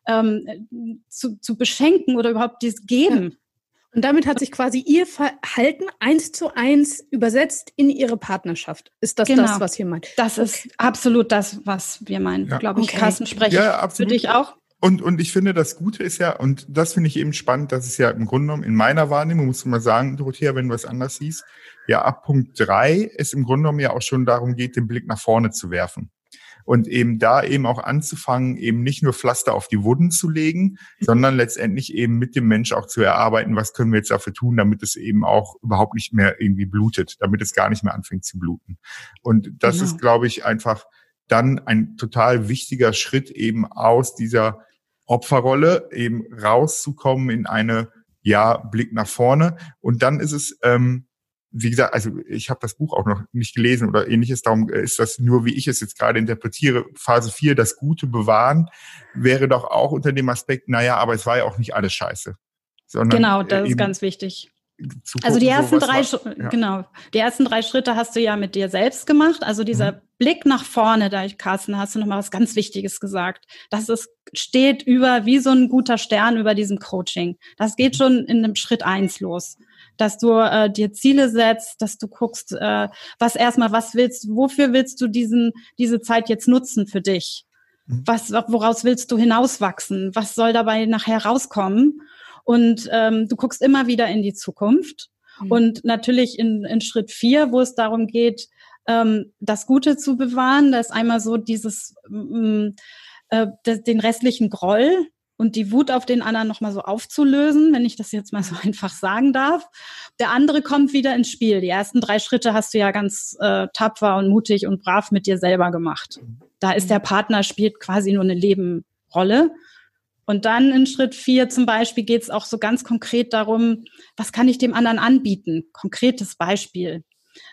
ähm, zu, zu beschenken oder überhaupt dieses Geben. Ja. Und damit hat sich quasi ihr Verhalten eins zu eins übersetzt in ihre Partnerschaft. Ist das genau. das, was ihr meint? Das okay. ist absolut das, was wir meinen, ja. glaube ich. Okay. Carsten, spreche ja, absolut. Für dich auch? Und, und ich finde, das Gute ist ja, und das finde ich eben spannend, dass es ja im Grunde genommen in meiner Wahrnehmung, muss man sagen, Dorothea, wenn du was anders siehst, ja ab Punkt drei es im Grunde genommen ja auch schon darum geht, den Blick nach vorne zu werfen. Und eben da eben auch anzufangen, eben nicht nur Pflaster auf die Wunden zu legen, sondern letztendlich eben mit dem Mensch auch zu erarbeiten, was können wir jetzt dafür tun, damit es eben auch überhaupt nicht mehr irgendwie blutet, damit es gar nicht mehr anfängt zu bluten. Und das genau. ist, glaube ich, einfach dann ein total wichtiger Schritt eben aus dieser Opferrolle eben rauszukommen in eine, ja, Blick nach vorne. Und dann ist es, ähm, wie gesagt, also ich habe das Buch auch noch nicht gelesen oder ähnliches, darum ist das nur, wie ich es jetzt gerade interpretiere, Phase vier, das Gute bewahren, wäre doch auch unter dem Aspekt, naja, aber es war ja auch nicht alles scheiße. Sondern genau, das ist ganz wichtig. Gucken, also die ersten so, drei, war, ja. genau, die ersten drei Schritte hast du ja mit dir selbst gemacht. Also dieser mhm. Blick nach vorne, da Carsten, hast du nochmal was ganz Wichtiges gesagt. Das ist, steht über, wie so ein guter Stern über diesem Coaching. Das geht schon in einem Schritt eins los. Dass du äh, dir Ziele setzt, dass du guckst, äh, was erstmal, was willst, wofür willst du diesen, diese Zeit jetzt nutzen für dich? Mhm. Was, woraus willst du hinauswachsen? Was soll dabei nachher rauskommen? Und ähm, du guckst immer wieder in die Zukunft. Mhm. Und natürlich in, in Schritt vier, wo es darum geht, ähm, das Gute zu bewahren, da ist einmal so dieses, ähm, äh, den restlichen Groll und die Wut auf den anderen nochmal so aufzulösen, wenn ich das jetzt mal so einfach sagen darf. Der andere kommt wieder ins Spiel. Die ersten drei Schritte hast du ja ganz äh, tapfer und mutig und brav mit dir selber gemacht. Da ist der Partner, spielt quasi nur eine Nebenrolle. Und dann in Schritt vier zum Beispiel geht es auch so ganz konkret darum, was kann ich dem anderen anbieten? Konkretes Beispiel.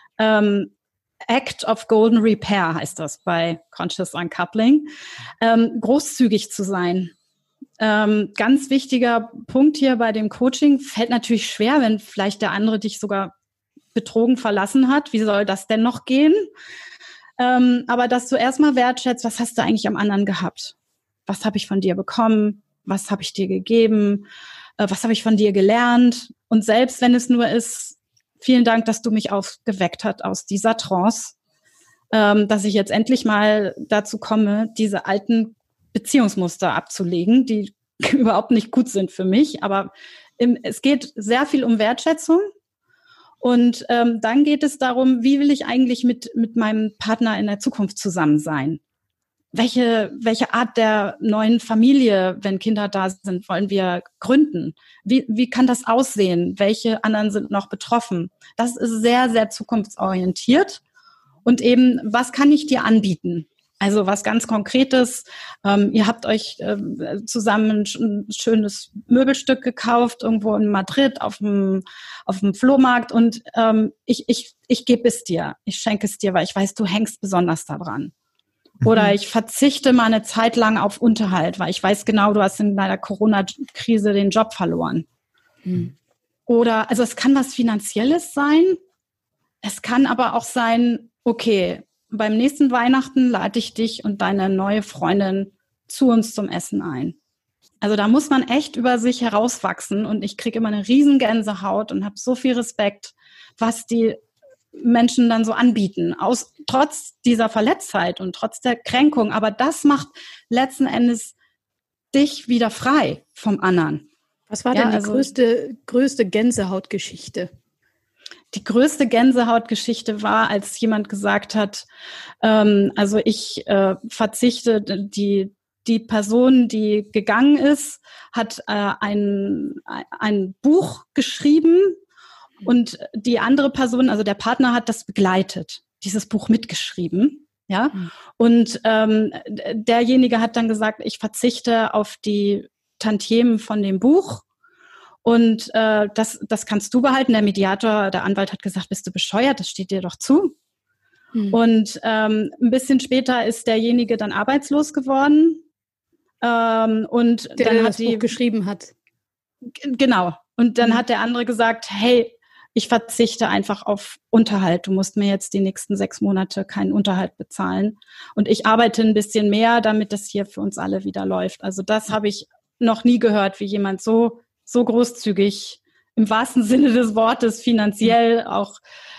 Ähm, Act of Golden Repair heißt das bei Conscious Uncoupling. Ähm, großzügig zu sein. Ähm, ganz wichtiger Punkt hier bei dem Coaching, fällt natürlich schwer, wenn vielleicht der andere dich sogar betrogen verlassen hat. Wie soll das denn noch gehen? Ähm, aber dass du erstmal wertschätzt, was hast du eigentlich am anderen gehabt? Was habe ich von dir bekommen? Was habe ich dir gegeben? Äh, was habe ich von dir gelernt? Und selbst wenn es nur ist, vielen Dank, dass du mich aufgeweckt hast aus dieser Trance, ähm, dass ich jetzt endlich mal dazu komme, diese alten Beziehungsmuster abzulegen, die überhaupt nicht gut sind für mich. Aber im, es geht sehr viel um Wertschätzung. Und ähm, dann geht es darum, wie will ich eigentlich mit, mit meinem Partner in der Zukunft zusammen sein? Welche, welche Art der neuen Familie, wenn Kinder da sind, wollen wir gründen? Wie, wie kann das aussehen? Welche anderen sind noch betroffen? Das ist sehr, sehr zukunftsorientiert. Und eben, was kann ich dir anbieten? Also was ganz Konkretes, ähm, ihr habt euch äh, zusammen ein, ein schönes Möbelstück gekauft, irgendwo in Madrid auf dem, auf dem Flohmarkt und ähm, ich, ich, ich gebe es dir, ich schenke es dir, weil ich weiß, du hängst besonders daran. Oder mhm. ich verzichte mal eine Zeit lang auf Unterhalt, weil ich weiß genau, du hast in deiner Corona-Krise den Job verloren. Mhm. Oder, also es kann was Finanzielles sein, es kann aber auch sein, okay, beim nächsten Weihnachten lade ich dich und deine neue Freundin zu uns zum Essen ein. Also da muss man echt über sich herauswachsen und ich kriege immer eine riesen Gänsehaut und habe so viel Respekt, was die Menschen dann so anbieten, aus, trotz dieser Verletztheit und trotz der Kränkung. Aber das macht letzten Endes dich wieder frei vom anderen. Was war ja, denn die also, größte, größte Gänsehautgeschichte? Die größte Gänsehautgeschichte war, als jemand gesagt hat, ähm, also ich äh, verzichte, die, die Person, die gegangen ist, hat äh, ein, ein Buch geschrieben und die andere Person, also der Partner, hat das begleitet, dieses Buch mitgeschrieben. Ja, mhm. Und ähm, derjenige hat dann gesagt, ich verzichte auf die Tantiemen von dem Buch. Und äh, das, das kannst du behalten. Der Mediator, der Anwalt hat gesagt, bist du bescheuert? Das steht dir doch zu. Hm. Und ähm, ein bisschen später ist derjenige dann arbeitslos geworden. Ähm, und der, dann der hat das die Buch geschrieben hat. G- genau. Und dann hm. hat der andere gesagt, hey, ich verzichte einfach auf Unterhalt. Du musst mir jetzt die nächsten sechs Monate keinen Unterhalt bezahlen. Und ich arbeite ein bisschen mehr, damit das hier für uns alle wieder läuft. Also das habe ich noch nie gehört, wie jemand so so großzügig im wahrsten Sinne des Wortes finanziell auch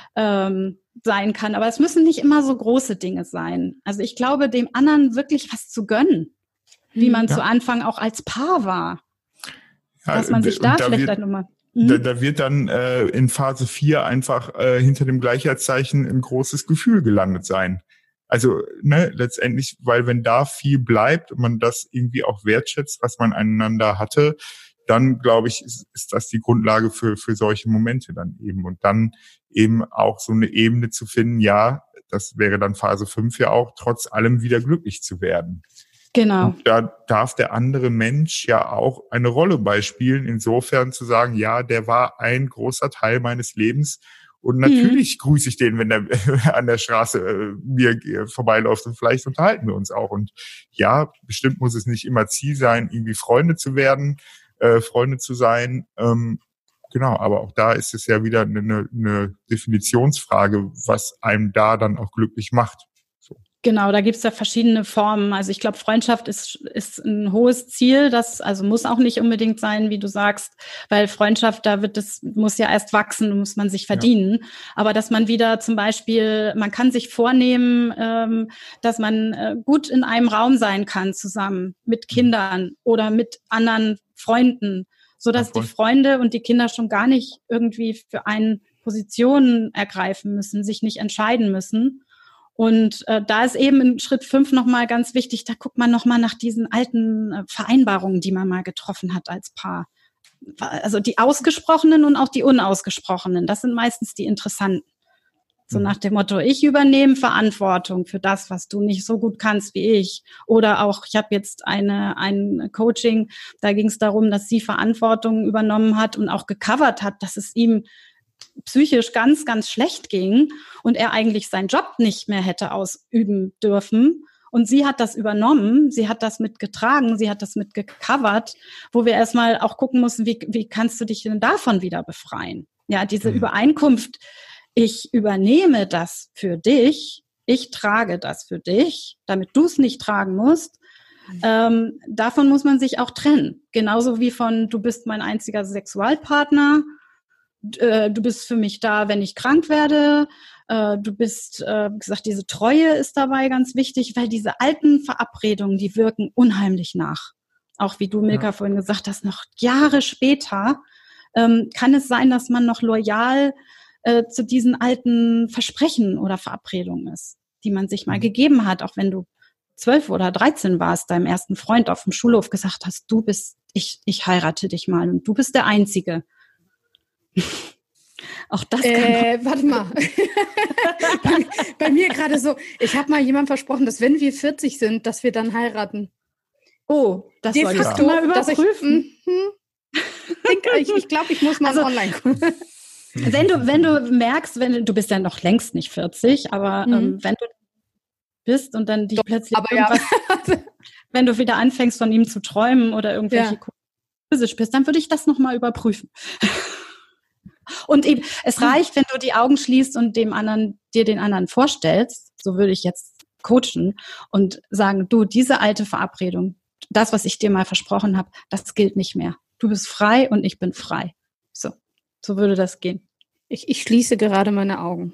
ähm, sein kann. Aber es müssen nicht immer so große Dinge sein. Also ich glaube, dem anderen wirklich was zu gönnen, wie man ja. zu Anfang auch als Paar war. Ja, dass man sich da, da vielleicht wird, nochmal... Mhm. Da, da wird dann äh, in Phase vier einfach äh, hinter dem Gleichheitszeichen ein großes Gefühl gelandet sein. Also ne, letztendlich, weil wenn da viel bleibt und man das irgendwie auch wertschätzt, was man einander hatte, dann, glaube ich, ist, ist das die Grundlage für, für solche Momente dann eben. Und dann eben auch so eine Ebene zu finden, ja, das wäre dann Phase fünf ja auch, trotz allem wieder glücklich zu werden. Genau. Und da darf der andere Mensch ja auch eine Rolle beispielen, insofern zu sagen, ja, der war ein großer Teil meines Lebens. Und natürlich mhm. grüße ich den, wenn der an der Straße äh, mir vorbeiläuft und vielleicht unterhalten wir uns auch. Und ja, bestimmt muss es nicht immer Ziel sein, irgendwie Freunde zu werden, Äh, Freunde zu sein, ähm, genau, aber auch da ist es ja wieder eine, eine Definitionsfrage, was einem da dann auch glücklich macht. So. Genau, da gibt's ja verschiedene Formen. Also ich glaube, Freundschaft ist ist ein hohes Ziel, das also muss auch nicht unbedingt sein, wie du sagst, weil Freundschaft, da wird es muss ja erst wachsen, muss man sich verdienen. Ja. Aber dass man wieder zum Beispiel, man kann sich vornehmen, ähm, dass man äh, gut in einem Raum sein kann zusammen mit Kindern oder mit anderen Freunden, so dass die Freunde und die Kinder schon gar nicht irgendwie für eine Position ergreifen müssen, sich nicht entscheiden müssen. Und äh, da ist eben in Schritt fünf nochmal ganz wichtig, da guckt man nochmal nach diesen alten äh, Vereinbarungen, die man mal getroffen hat als Paar. Also die ausgesprochenen und auch die unausgesprochenen, das sind meistens die interessanten. So nach dem Motto, ich übernehme Verantwortung für das, was du nicht so gut kannst wie ich. Oder auch, ich habe jetzt eine ein Coaching, da ging es darum, dass sie Verantwortung übernommen hat und auch gecovert hat, dass es ihm psychisch ganz, ganz schlecht ging und er eigentlich seinen Job nicht mehr hätte ausüben dürfen. Und sie hat das übernommen, sie hat das mitgetragen, sie hat das mitgecovert, wo wir erstmal auch gucken mussten, wie, wie kannst du dich denn davon wieder befreien? Ja, diese mhm. Übereinkunft, ich übernehme das für dich, ich trage das für dich, damit du es nicht tragen musst. Mhm. Ähm, davon muss man sich auch trennen. Genauso wie von, du bist mein einziger Sexualpartner, äh, du bist für mich da, wenn ich krank werde, äh, du bist, äh, wie gesagt, diese Treue ist dabei ganz wichtig, weil diese alten Verabredungen, die wirken unheimlich nach. Auch wie du, Milka, ja. vorhin gesagt hast, noch Jahre später ähm, kann es sein, dass man noch loyal Äh, zu diesen alten Versprechen oder Verabredungen ist, die man sich mal mhm. gegeben hat, auch wenn du zwölf oder dreizehn warst, deinem ersten Freund auf dem Schulhof gesagt hast, du bist, ich, ich heirate dich mal und du bist der Einzige. Auch das äh, kann warte mal. bei, bei mir gerade so, ich habe mal jemandem versprochen, dass wenn wir vierzig sind, dass wir dann heiraten. Oh, das De solltest facto, du mal überprüfen. Ich, mm, ich glaube, ich, glaub, ich muss mal also, online gucken. Wenn du, wenn du merkst, wenn du bist ja noch längst nicht vierzig, aber mhm. ähm, wenn du bist und dann dich Doch, plötzlich irgendwas, ja. wenn du wieder anfängst, von ihm zu träumen oder irgendwelche Kurse spielst, dann würde ich das nochmal überprüfen. Und eben, es reicht, wenn du die Augen schließt und dem anderen, dir den anderen vorstellst, so würde ich jetzt coachen und sagen, du, diese alte Verabredung, das, was ich dir mal versprochen habe, das gilt nicht mehr. Du bist frei und ich bin frei. So, so würde das gehen. Ich, ich schließe gerade meine Augen.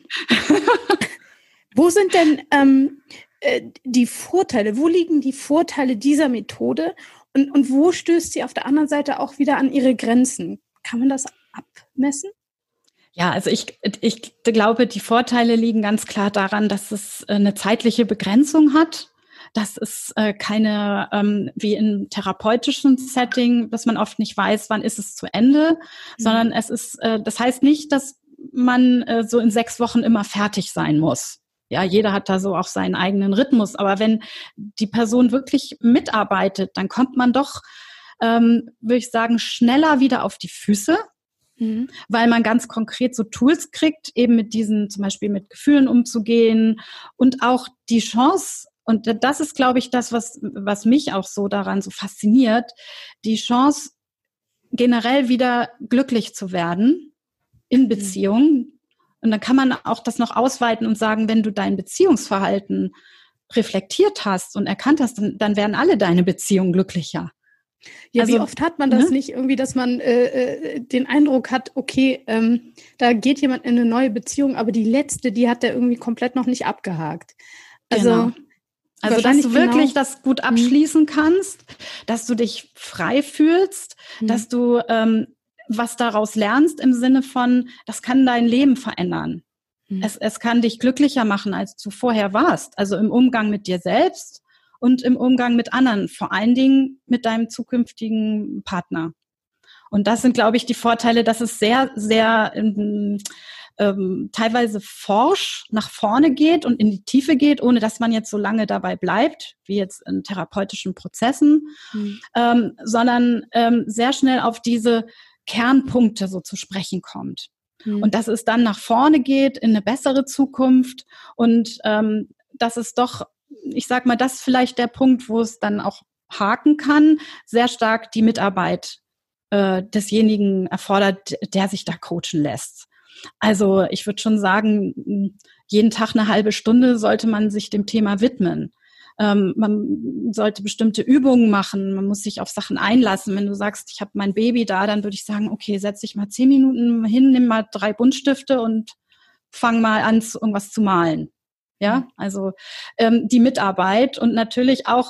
Wo sind denn ähm, äh, die Vorteile? Wo liegen die Vorteile dieser Methode? Und, und wo stößt sie auf der anderen Seite auch wieder an ihre Grenzen? Kann man das abmessen? Ja, also ich, ich glaube, die Vorteile liegen ganz klar daran, dass es eine zeitliche Begrenzung hat. Das ist äh, keine, ähm, wie im therapeutischen Setting, dass man oft nicht weiß, wann ist es zu Ende, mhm. sondern es ist, äh, das heißt nicht, dass man äh, so in sechs Wochen immer fertig sein muss. Ja, jeder hat da so auch seinen eigenen Rhythmus. Aber wenn die Person wirklich mitarbeitet, dann kommt man doch, ähm, würde ich sagen, schneller wieder auf die Füße. Mhm. Weil man ganz konkret so Tools kriegt, eben mit diesen, zum Beispiel mit Gefühlen umzugehen und auch die Chance, und das ist, glaube ich, das, was, was mich auch so daran so fasziniert, die Chance, generell wieder glücklich zu werden in Beziehungen. Und dann kann man auch das noch ausweiten und sagen, wenn du dein Beziehungsverhalten reflektiert hast und erkannt hast, dann, dann werden alle deine Beziehungen glücklicher. Ja, also, wie oft hat man das ne? nicht irgendwie, dass man äh, den Eindruck hat, okay, ähm, da geht jemand in eine neue Beziehung, aber die letzte, die hat er irgendwie komplett noch nicht abgehakt. Also, genau. also dass du wirklich genau das gut abschließen mhm. kannst, dass du dich frei fühlst, mhm. dass du ähm, was daraus lernst im Sinne von, das kann dein Leben verändern. Mhm. Es, es kann dich glücklicher machen, als du vorher warst. Also im Umgang mit dir selbst und im Umgang mit anderen, vor allen Dingen mit deinem zukünftigen Partner. Und das sind, glaube ich, die Vorteile, dass es sehr, sehr ähm, ähm, teilweise forsch nach vorne geht und in die Tiefe geht, ohne dass man jetzt so lange dabei bleibt, wie jetzt in therapeutischen Prozessen, mhm. ähm, sondern ähm, sehr schnell auf diese Kernpunkte so zu sprechen kommt. Mhm. Und dass es dann nach vorne geht in eine bessere Zukunft und ähm, dass es doch, ich sag mal, das ist vielleicht der Punkt, wo es dann auch haken kann, sehr stark die Mitarbeit äh, desjenigen erfordert, der sich da coachen lässt. Also ich würde schon sagen, jeden Tag eine halbe Stunde sollte man sich dem Thema widmen. Ähm, man sollte bestimmte Übungen machen, man muss sich auf Sachen einlassen. Wenn du sagst, ich habe mein Baby da, dann würde ich sagen, okay, setz dich mal zehn Minuten hin, nimm mal drei Buntstifte und fang mal an, irgendwas zu malen. Ja, also ähm, die Mitarbeit und natürlich auch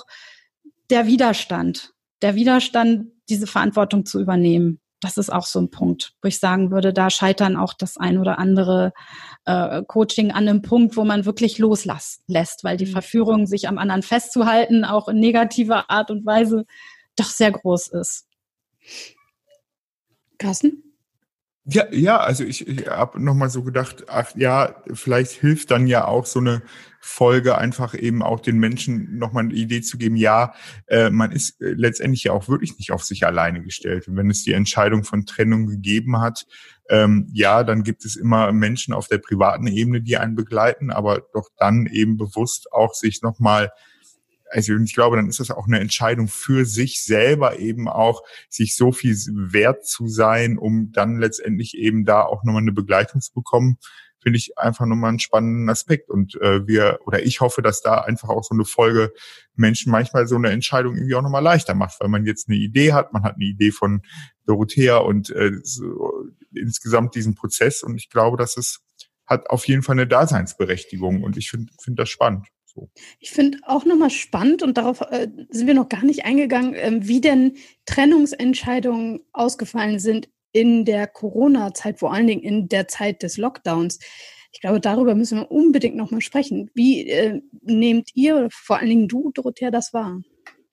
der Widerstand. Der Widerstand, diese Verantwortung zu übernehmen. Das ist auch so ein Punkt, wo ich sagen würde, da scheitern auch das ein oder andere äh, Coaching an einem Punkt, wo man wirklich loslässt, weil die mhm. Verführung, sich am anderen festzuhalten, auch in negativer Art und Weise, doch sehr groß ist. Carsten? Ja, ja, also ich, ich habe nochmal so gedacht, ach ja, vielleicht hilft dann ja auch so eine Folge einfach eben auch den Menschen nochmal eine Idee zu geben, ja, äh, man ist äh, letztendlich ja auch wirklich nicht auf sich alleine gestellt. Und wenn es die Entscheidung von Trennung gegeben hat, ähm, ja, dann gibt es immer Menschen auf der privaten Ebene, die einen begleiten, aber doch dann eben bewusst auch sich nochmal, also ich glaube, dann ist das auch eine Entscheidung für sich selber eben auch, sich so viel wert zu sein, um dann letztendlich eben da auch nochmal eine Begleitung zu bekommen, finde ich einfach nochmal einen spannenden Aspekt. Und äh, wir, oder ich hoffe, dass da einfach auch so eine Folge Menschen manchmal so eine Entscheidung irgendwie auch nochmal leichter macht, weil man jetzt eine Idee hat, man hat eine Idee von Dorothea und äh, so, insgesamt diesen Prozess. Und ich glaube, dass es hat auf jeden Fall eine Daseinsberechtigung und ich finde finde das spannend. So. Ich finde auch nochmal spannend und darauf äh, sind wir noch gar nicht eingegangen, äh, wie denn Trennungsentscheidungen ausgefallen sind in der Corona-Zeit, vor allen Dingen in der Zeit des Lockdowns. Ich glaube, darüber müssen wir unbedingt nochmal sprechen. Wie äh, nehmt ihr, oder vor allen Dingen du, Dorothea, das wahr?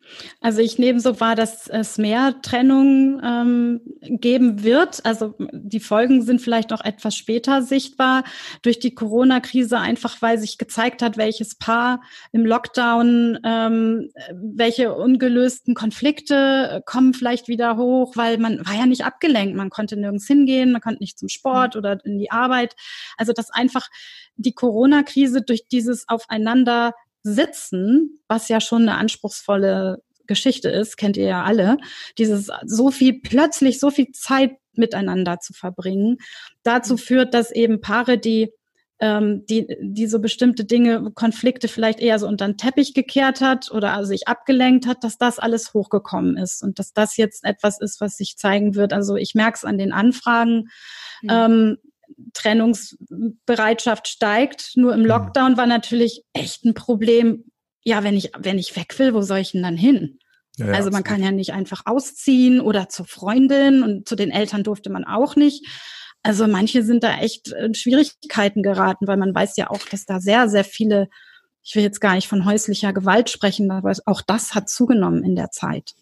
Also ich nehme so wahr, dass es mehr Trennung ähm, geben wird. Also die Folgen sind vielleicht noch etwas später sichtbar durch die Corona-Krise, einfach weil sich gezeigt hat, welches Paar im Lockdown, ähm, welche ungelösten Konflikte kommen vielleicht wieder hoch, weil man war ja nicht abgelenkt. Man konnte nirgends hingehen, man konnte nicht zum Sport oder in die Arbeit. Also dass einfach die Corona-Krise durch dieses Aufeinander Sitzen, was ja schon eine anspruchsvolle Geschichte ist, kennt ihr ja alle, dieses so viel, plötzlich so viel Zeit miteinander zu verbringen, dazu führt, dass eben Paare, die, ähm, die, die so bestimmte Dinge, Konflikte vielleicht eher so unter den Teppich gekehrt hat oder also sich abgelenkt hat, dass das alles hochgekommen ist und dass das jetzt etwas ist, was sich zeigen wird. Also ich merke es an den Anfragen, mhm. ähm, Trennungsbereitschaft steigt. Nur im Lockdown war natürlich echt ein Problem. Ja, wenn ich, wenn ich weg will, wo soll ich denn dann hin? Ja, ja, also man absolut. Kann ja nicht einfach ausziehen oder zur Freundin und zu den Eltern durfte man auch nicht. Also manche sind da echt in Schwierigkeiten geraten, weil man weiß ja auch, dass da sehr, sehr viele, ich will jetzt gar nicht von häuslicher Gewalt sprechen, aber auch das hat zugenommen in der Zeit.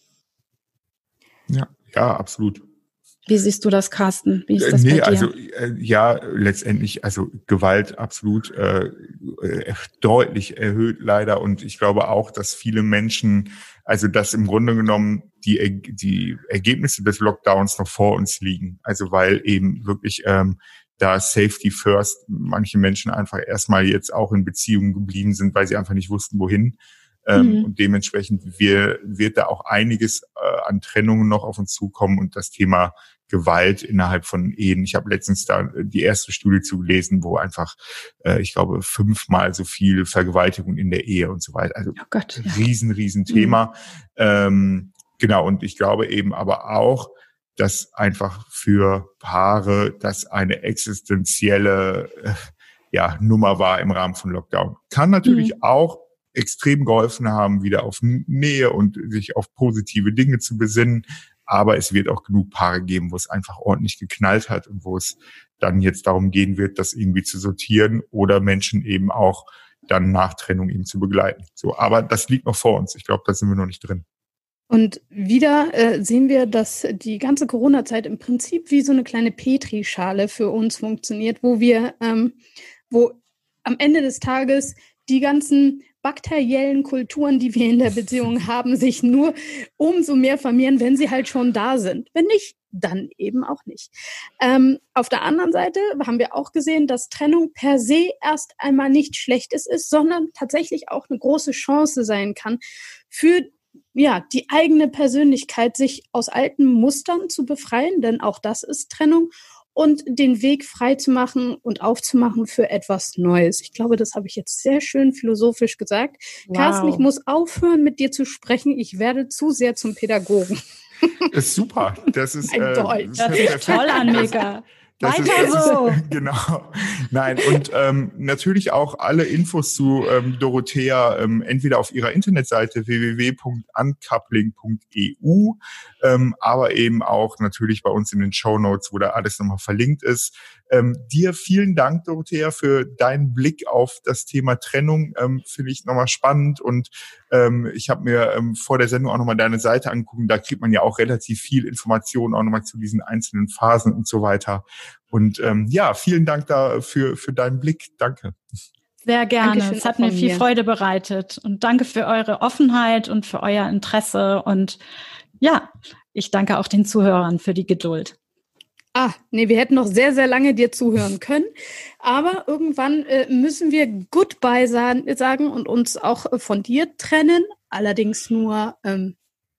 Ja, ja, absolut. Wie siehst du das, Carsten? Wie ist das nee, bei dir? Also äh, ja, letztendlich, also Gewalt absolut äh, äh, deutlich erhöht leider. Und ich glaube auch, dass viele Menschen, also dass im Grunde genommen die die Ergebnisse des Lockdowns noch vor uns liegen. Also weil eben wirklich ähm, da Safety First manche Menschen einfach erstmal jetzt auch in Beziehungen geblieben sind, weil sie einfach nicht wussten, wohin. Ähm, mhm. Und dementsprechend wir, wird da auch einiges äh, an Trennungen noch auf uns zukommen und das Thema Gewalt innerhalb von Ehen. Ich habe letztens da die erste Studie zugelesen, wo einfach, äh, ich glaube, fünfmal so viel Vergewaltigung in der Ehe und so weiter. Also oh Gott, ja. riesen, riesen Thema. Mhm. Ähm, genau, und ich glaube eben aber auch, dass einfach für Paare das eine existenzielle äh, ja, Nummer war im Rahmen von Lockdown. Kann natürlich mhm. auch extrem geholfen haben, wieder auf Nähe und sich auf positive Dinge zu besinnen. Aber es wird auch genug Paare geben, wo es einfach ordentlich geknallt hat und wo es dann jetzt darum gehen wird, das irgendwie zu sortieren oder Menschen eben auch dann nach Trennung eben zu begleiten. So, aber das liegt noch vor uns. Ich glaube, da sind wir noch nicht drin. Und wieder äh, sehen wir, dass die ganze Corona-Zeit im Prinzip wie so eine kleine Petrischale für uns funktioniert, wo wir, ähm, wo am Ende des Tages die ganzen bakteriellen Kulturen, die wir in der Beziehung haben, sich nur umso mehr vermehren, wenn sie halt schon da sind. Wenn nicht, dann eben auch nicht. Ähm, auf der anderen Seite haben wir auch gesehen, dass Trennung per se erst einmal nicht Schlechtes ist, sondern tatsächlich auch eine große Chance sein kann für ja, die eigene Persönlichkeit, sich aus alten Mustern zu befreien, denn auch das ist Trennung, und den Weg frei zu machen und aufzumachen für etwas Neues. Ich glaube, das habe ich jetzt sehr schön philosophisch gesagt. Wow. Carsten, ich muss aufhören, mit dir zu sprechen. Ich werde zu sehr zum Pädagogen. Das ist super. Das ist ein äh, Deutsch. Das ist toll, Annika. Das Weiter ist, das so. Ist, genau. Nein, und ähm, natürlich auch alle Infos zu ähm, Dorothea ähm, entweder auf ihrer Internetseite w w w punkt uncoupling punkt e u, ähm, aber eben auch natürlich bei uns in den Shownotes, wo da alles nochmal verlinkt ist. Ähm, dir vielen Dank, Dorothea, für deinen Blick auf das Thema Trennung. Ähm, finde ich nochmal spannend und ähm, ich habe mir ähm, vor der Sendung auch nochmal deine Seite angeguckt. Da kriegt man ja auch relativ viel Informationen auch nochmal zu diesen einzelnen Phasen und so weiter. Und ähm, ja, vielen Dank dafür für deinen Blick. Danke. Sehr gerne. Dankeschön, es hat mir viel mir. Freude bereitet. Und danke für eure Offenheit und für euer Interesse. Und ja, ich danke auch den Zuhörern für die Geduld. Ah, nee, wir hätten noch sehr, sehr lange dir zuhören können. Aber irgendwann äh, müssen wir Goodbye sagen und uns auch äh, von dir trennen. Allerdings nur ähm,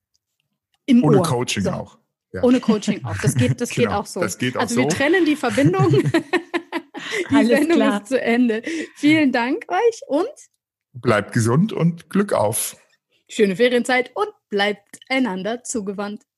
im Ohne Ohr. Coaching so. auch. Ja. Ohne Coaching auch. Das geht, das genau, geht auch so. Das geht auch also so. wir trennen die Verbindung. die Alles Sendung klar. ist zu Ende. Vielen Dank euch und bleibt gesund und Glück auf. Schöne Ferienzeit und bleibt einander zugewandt.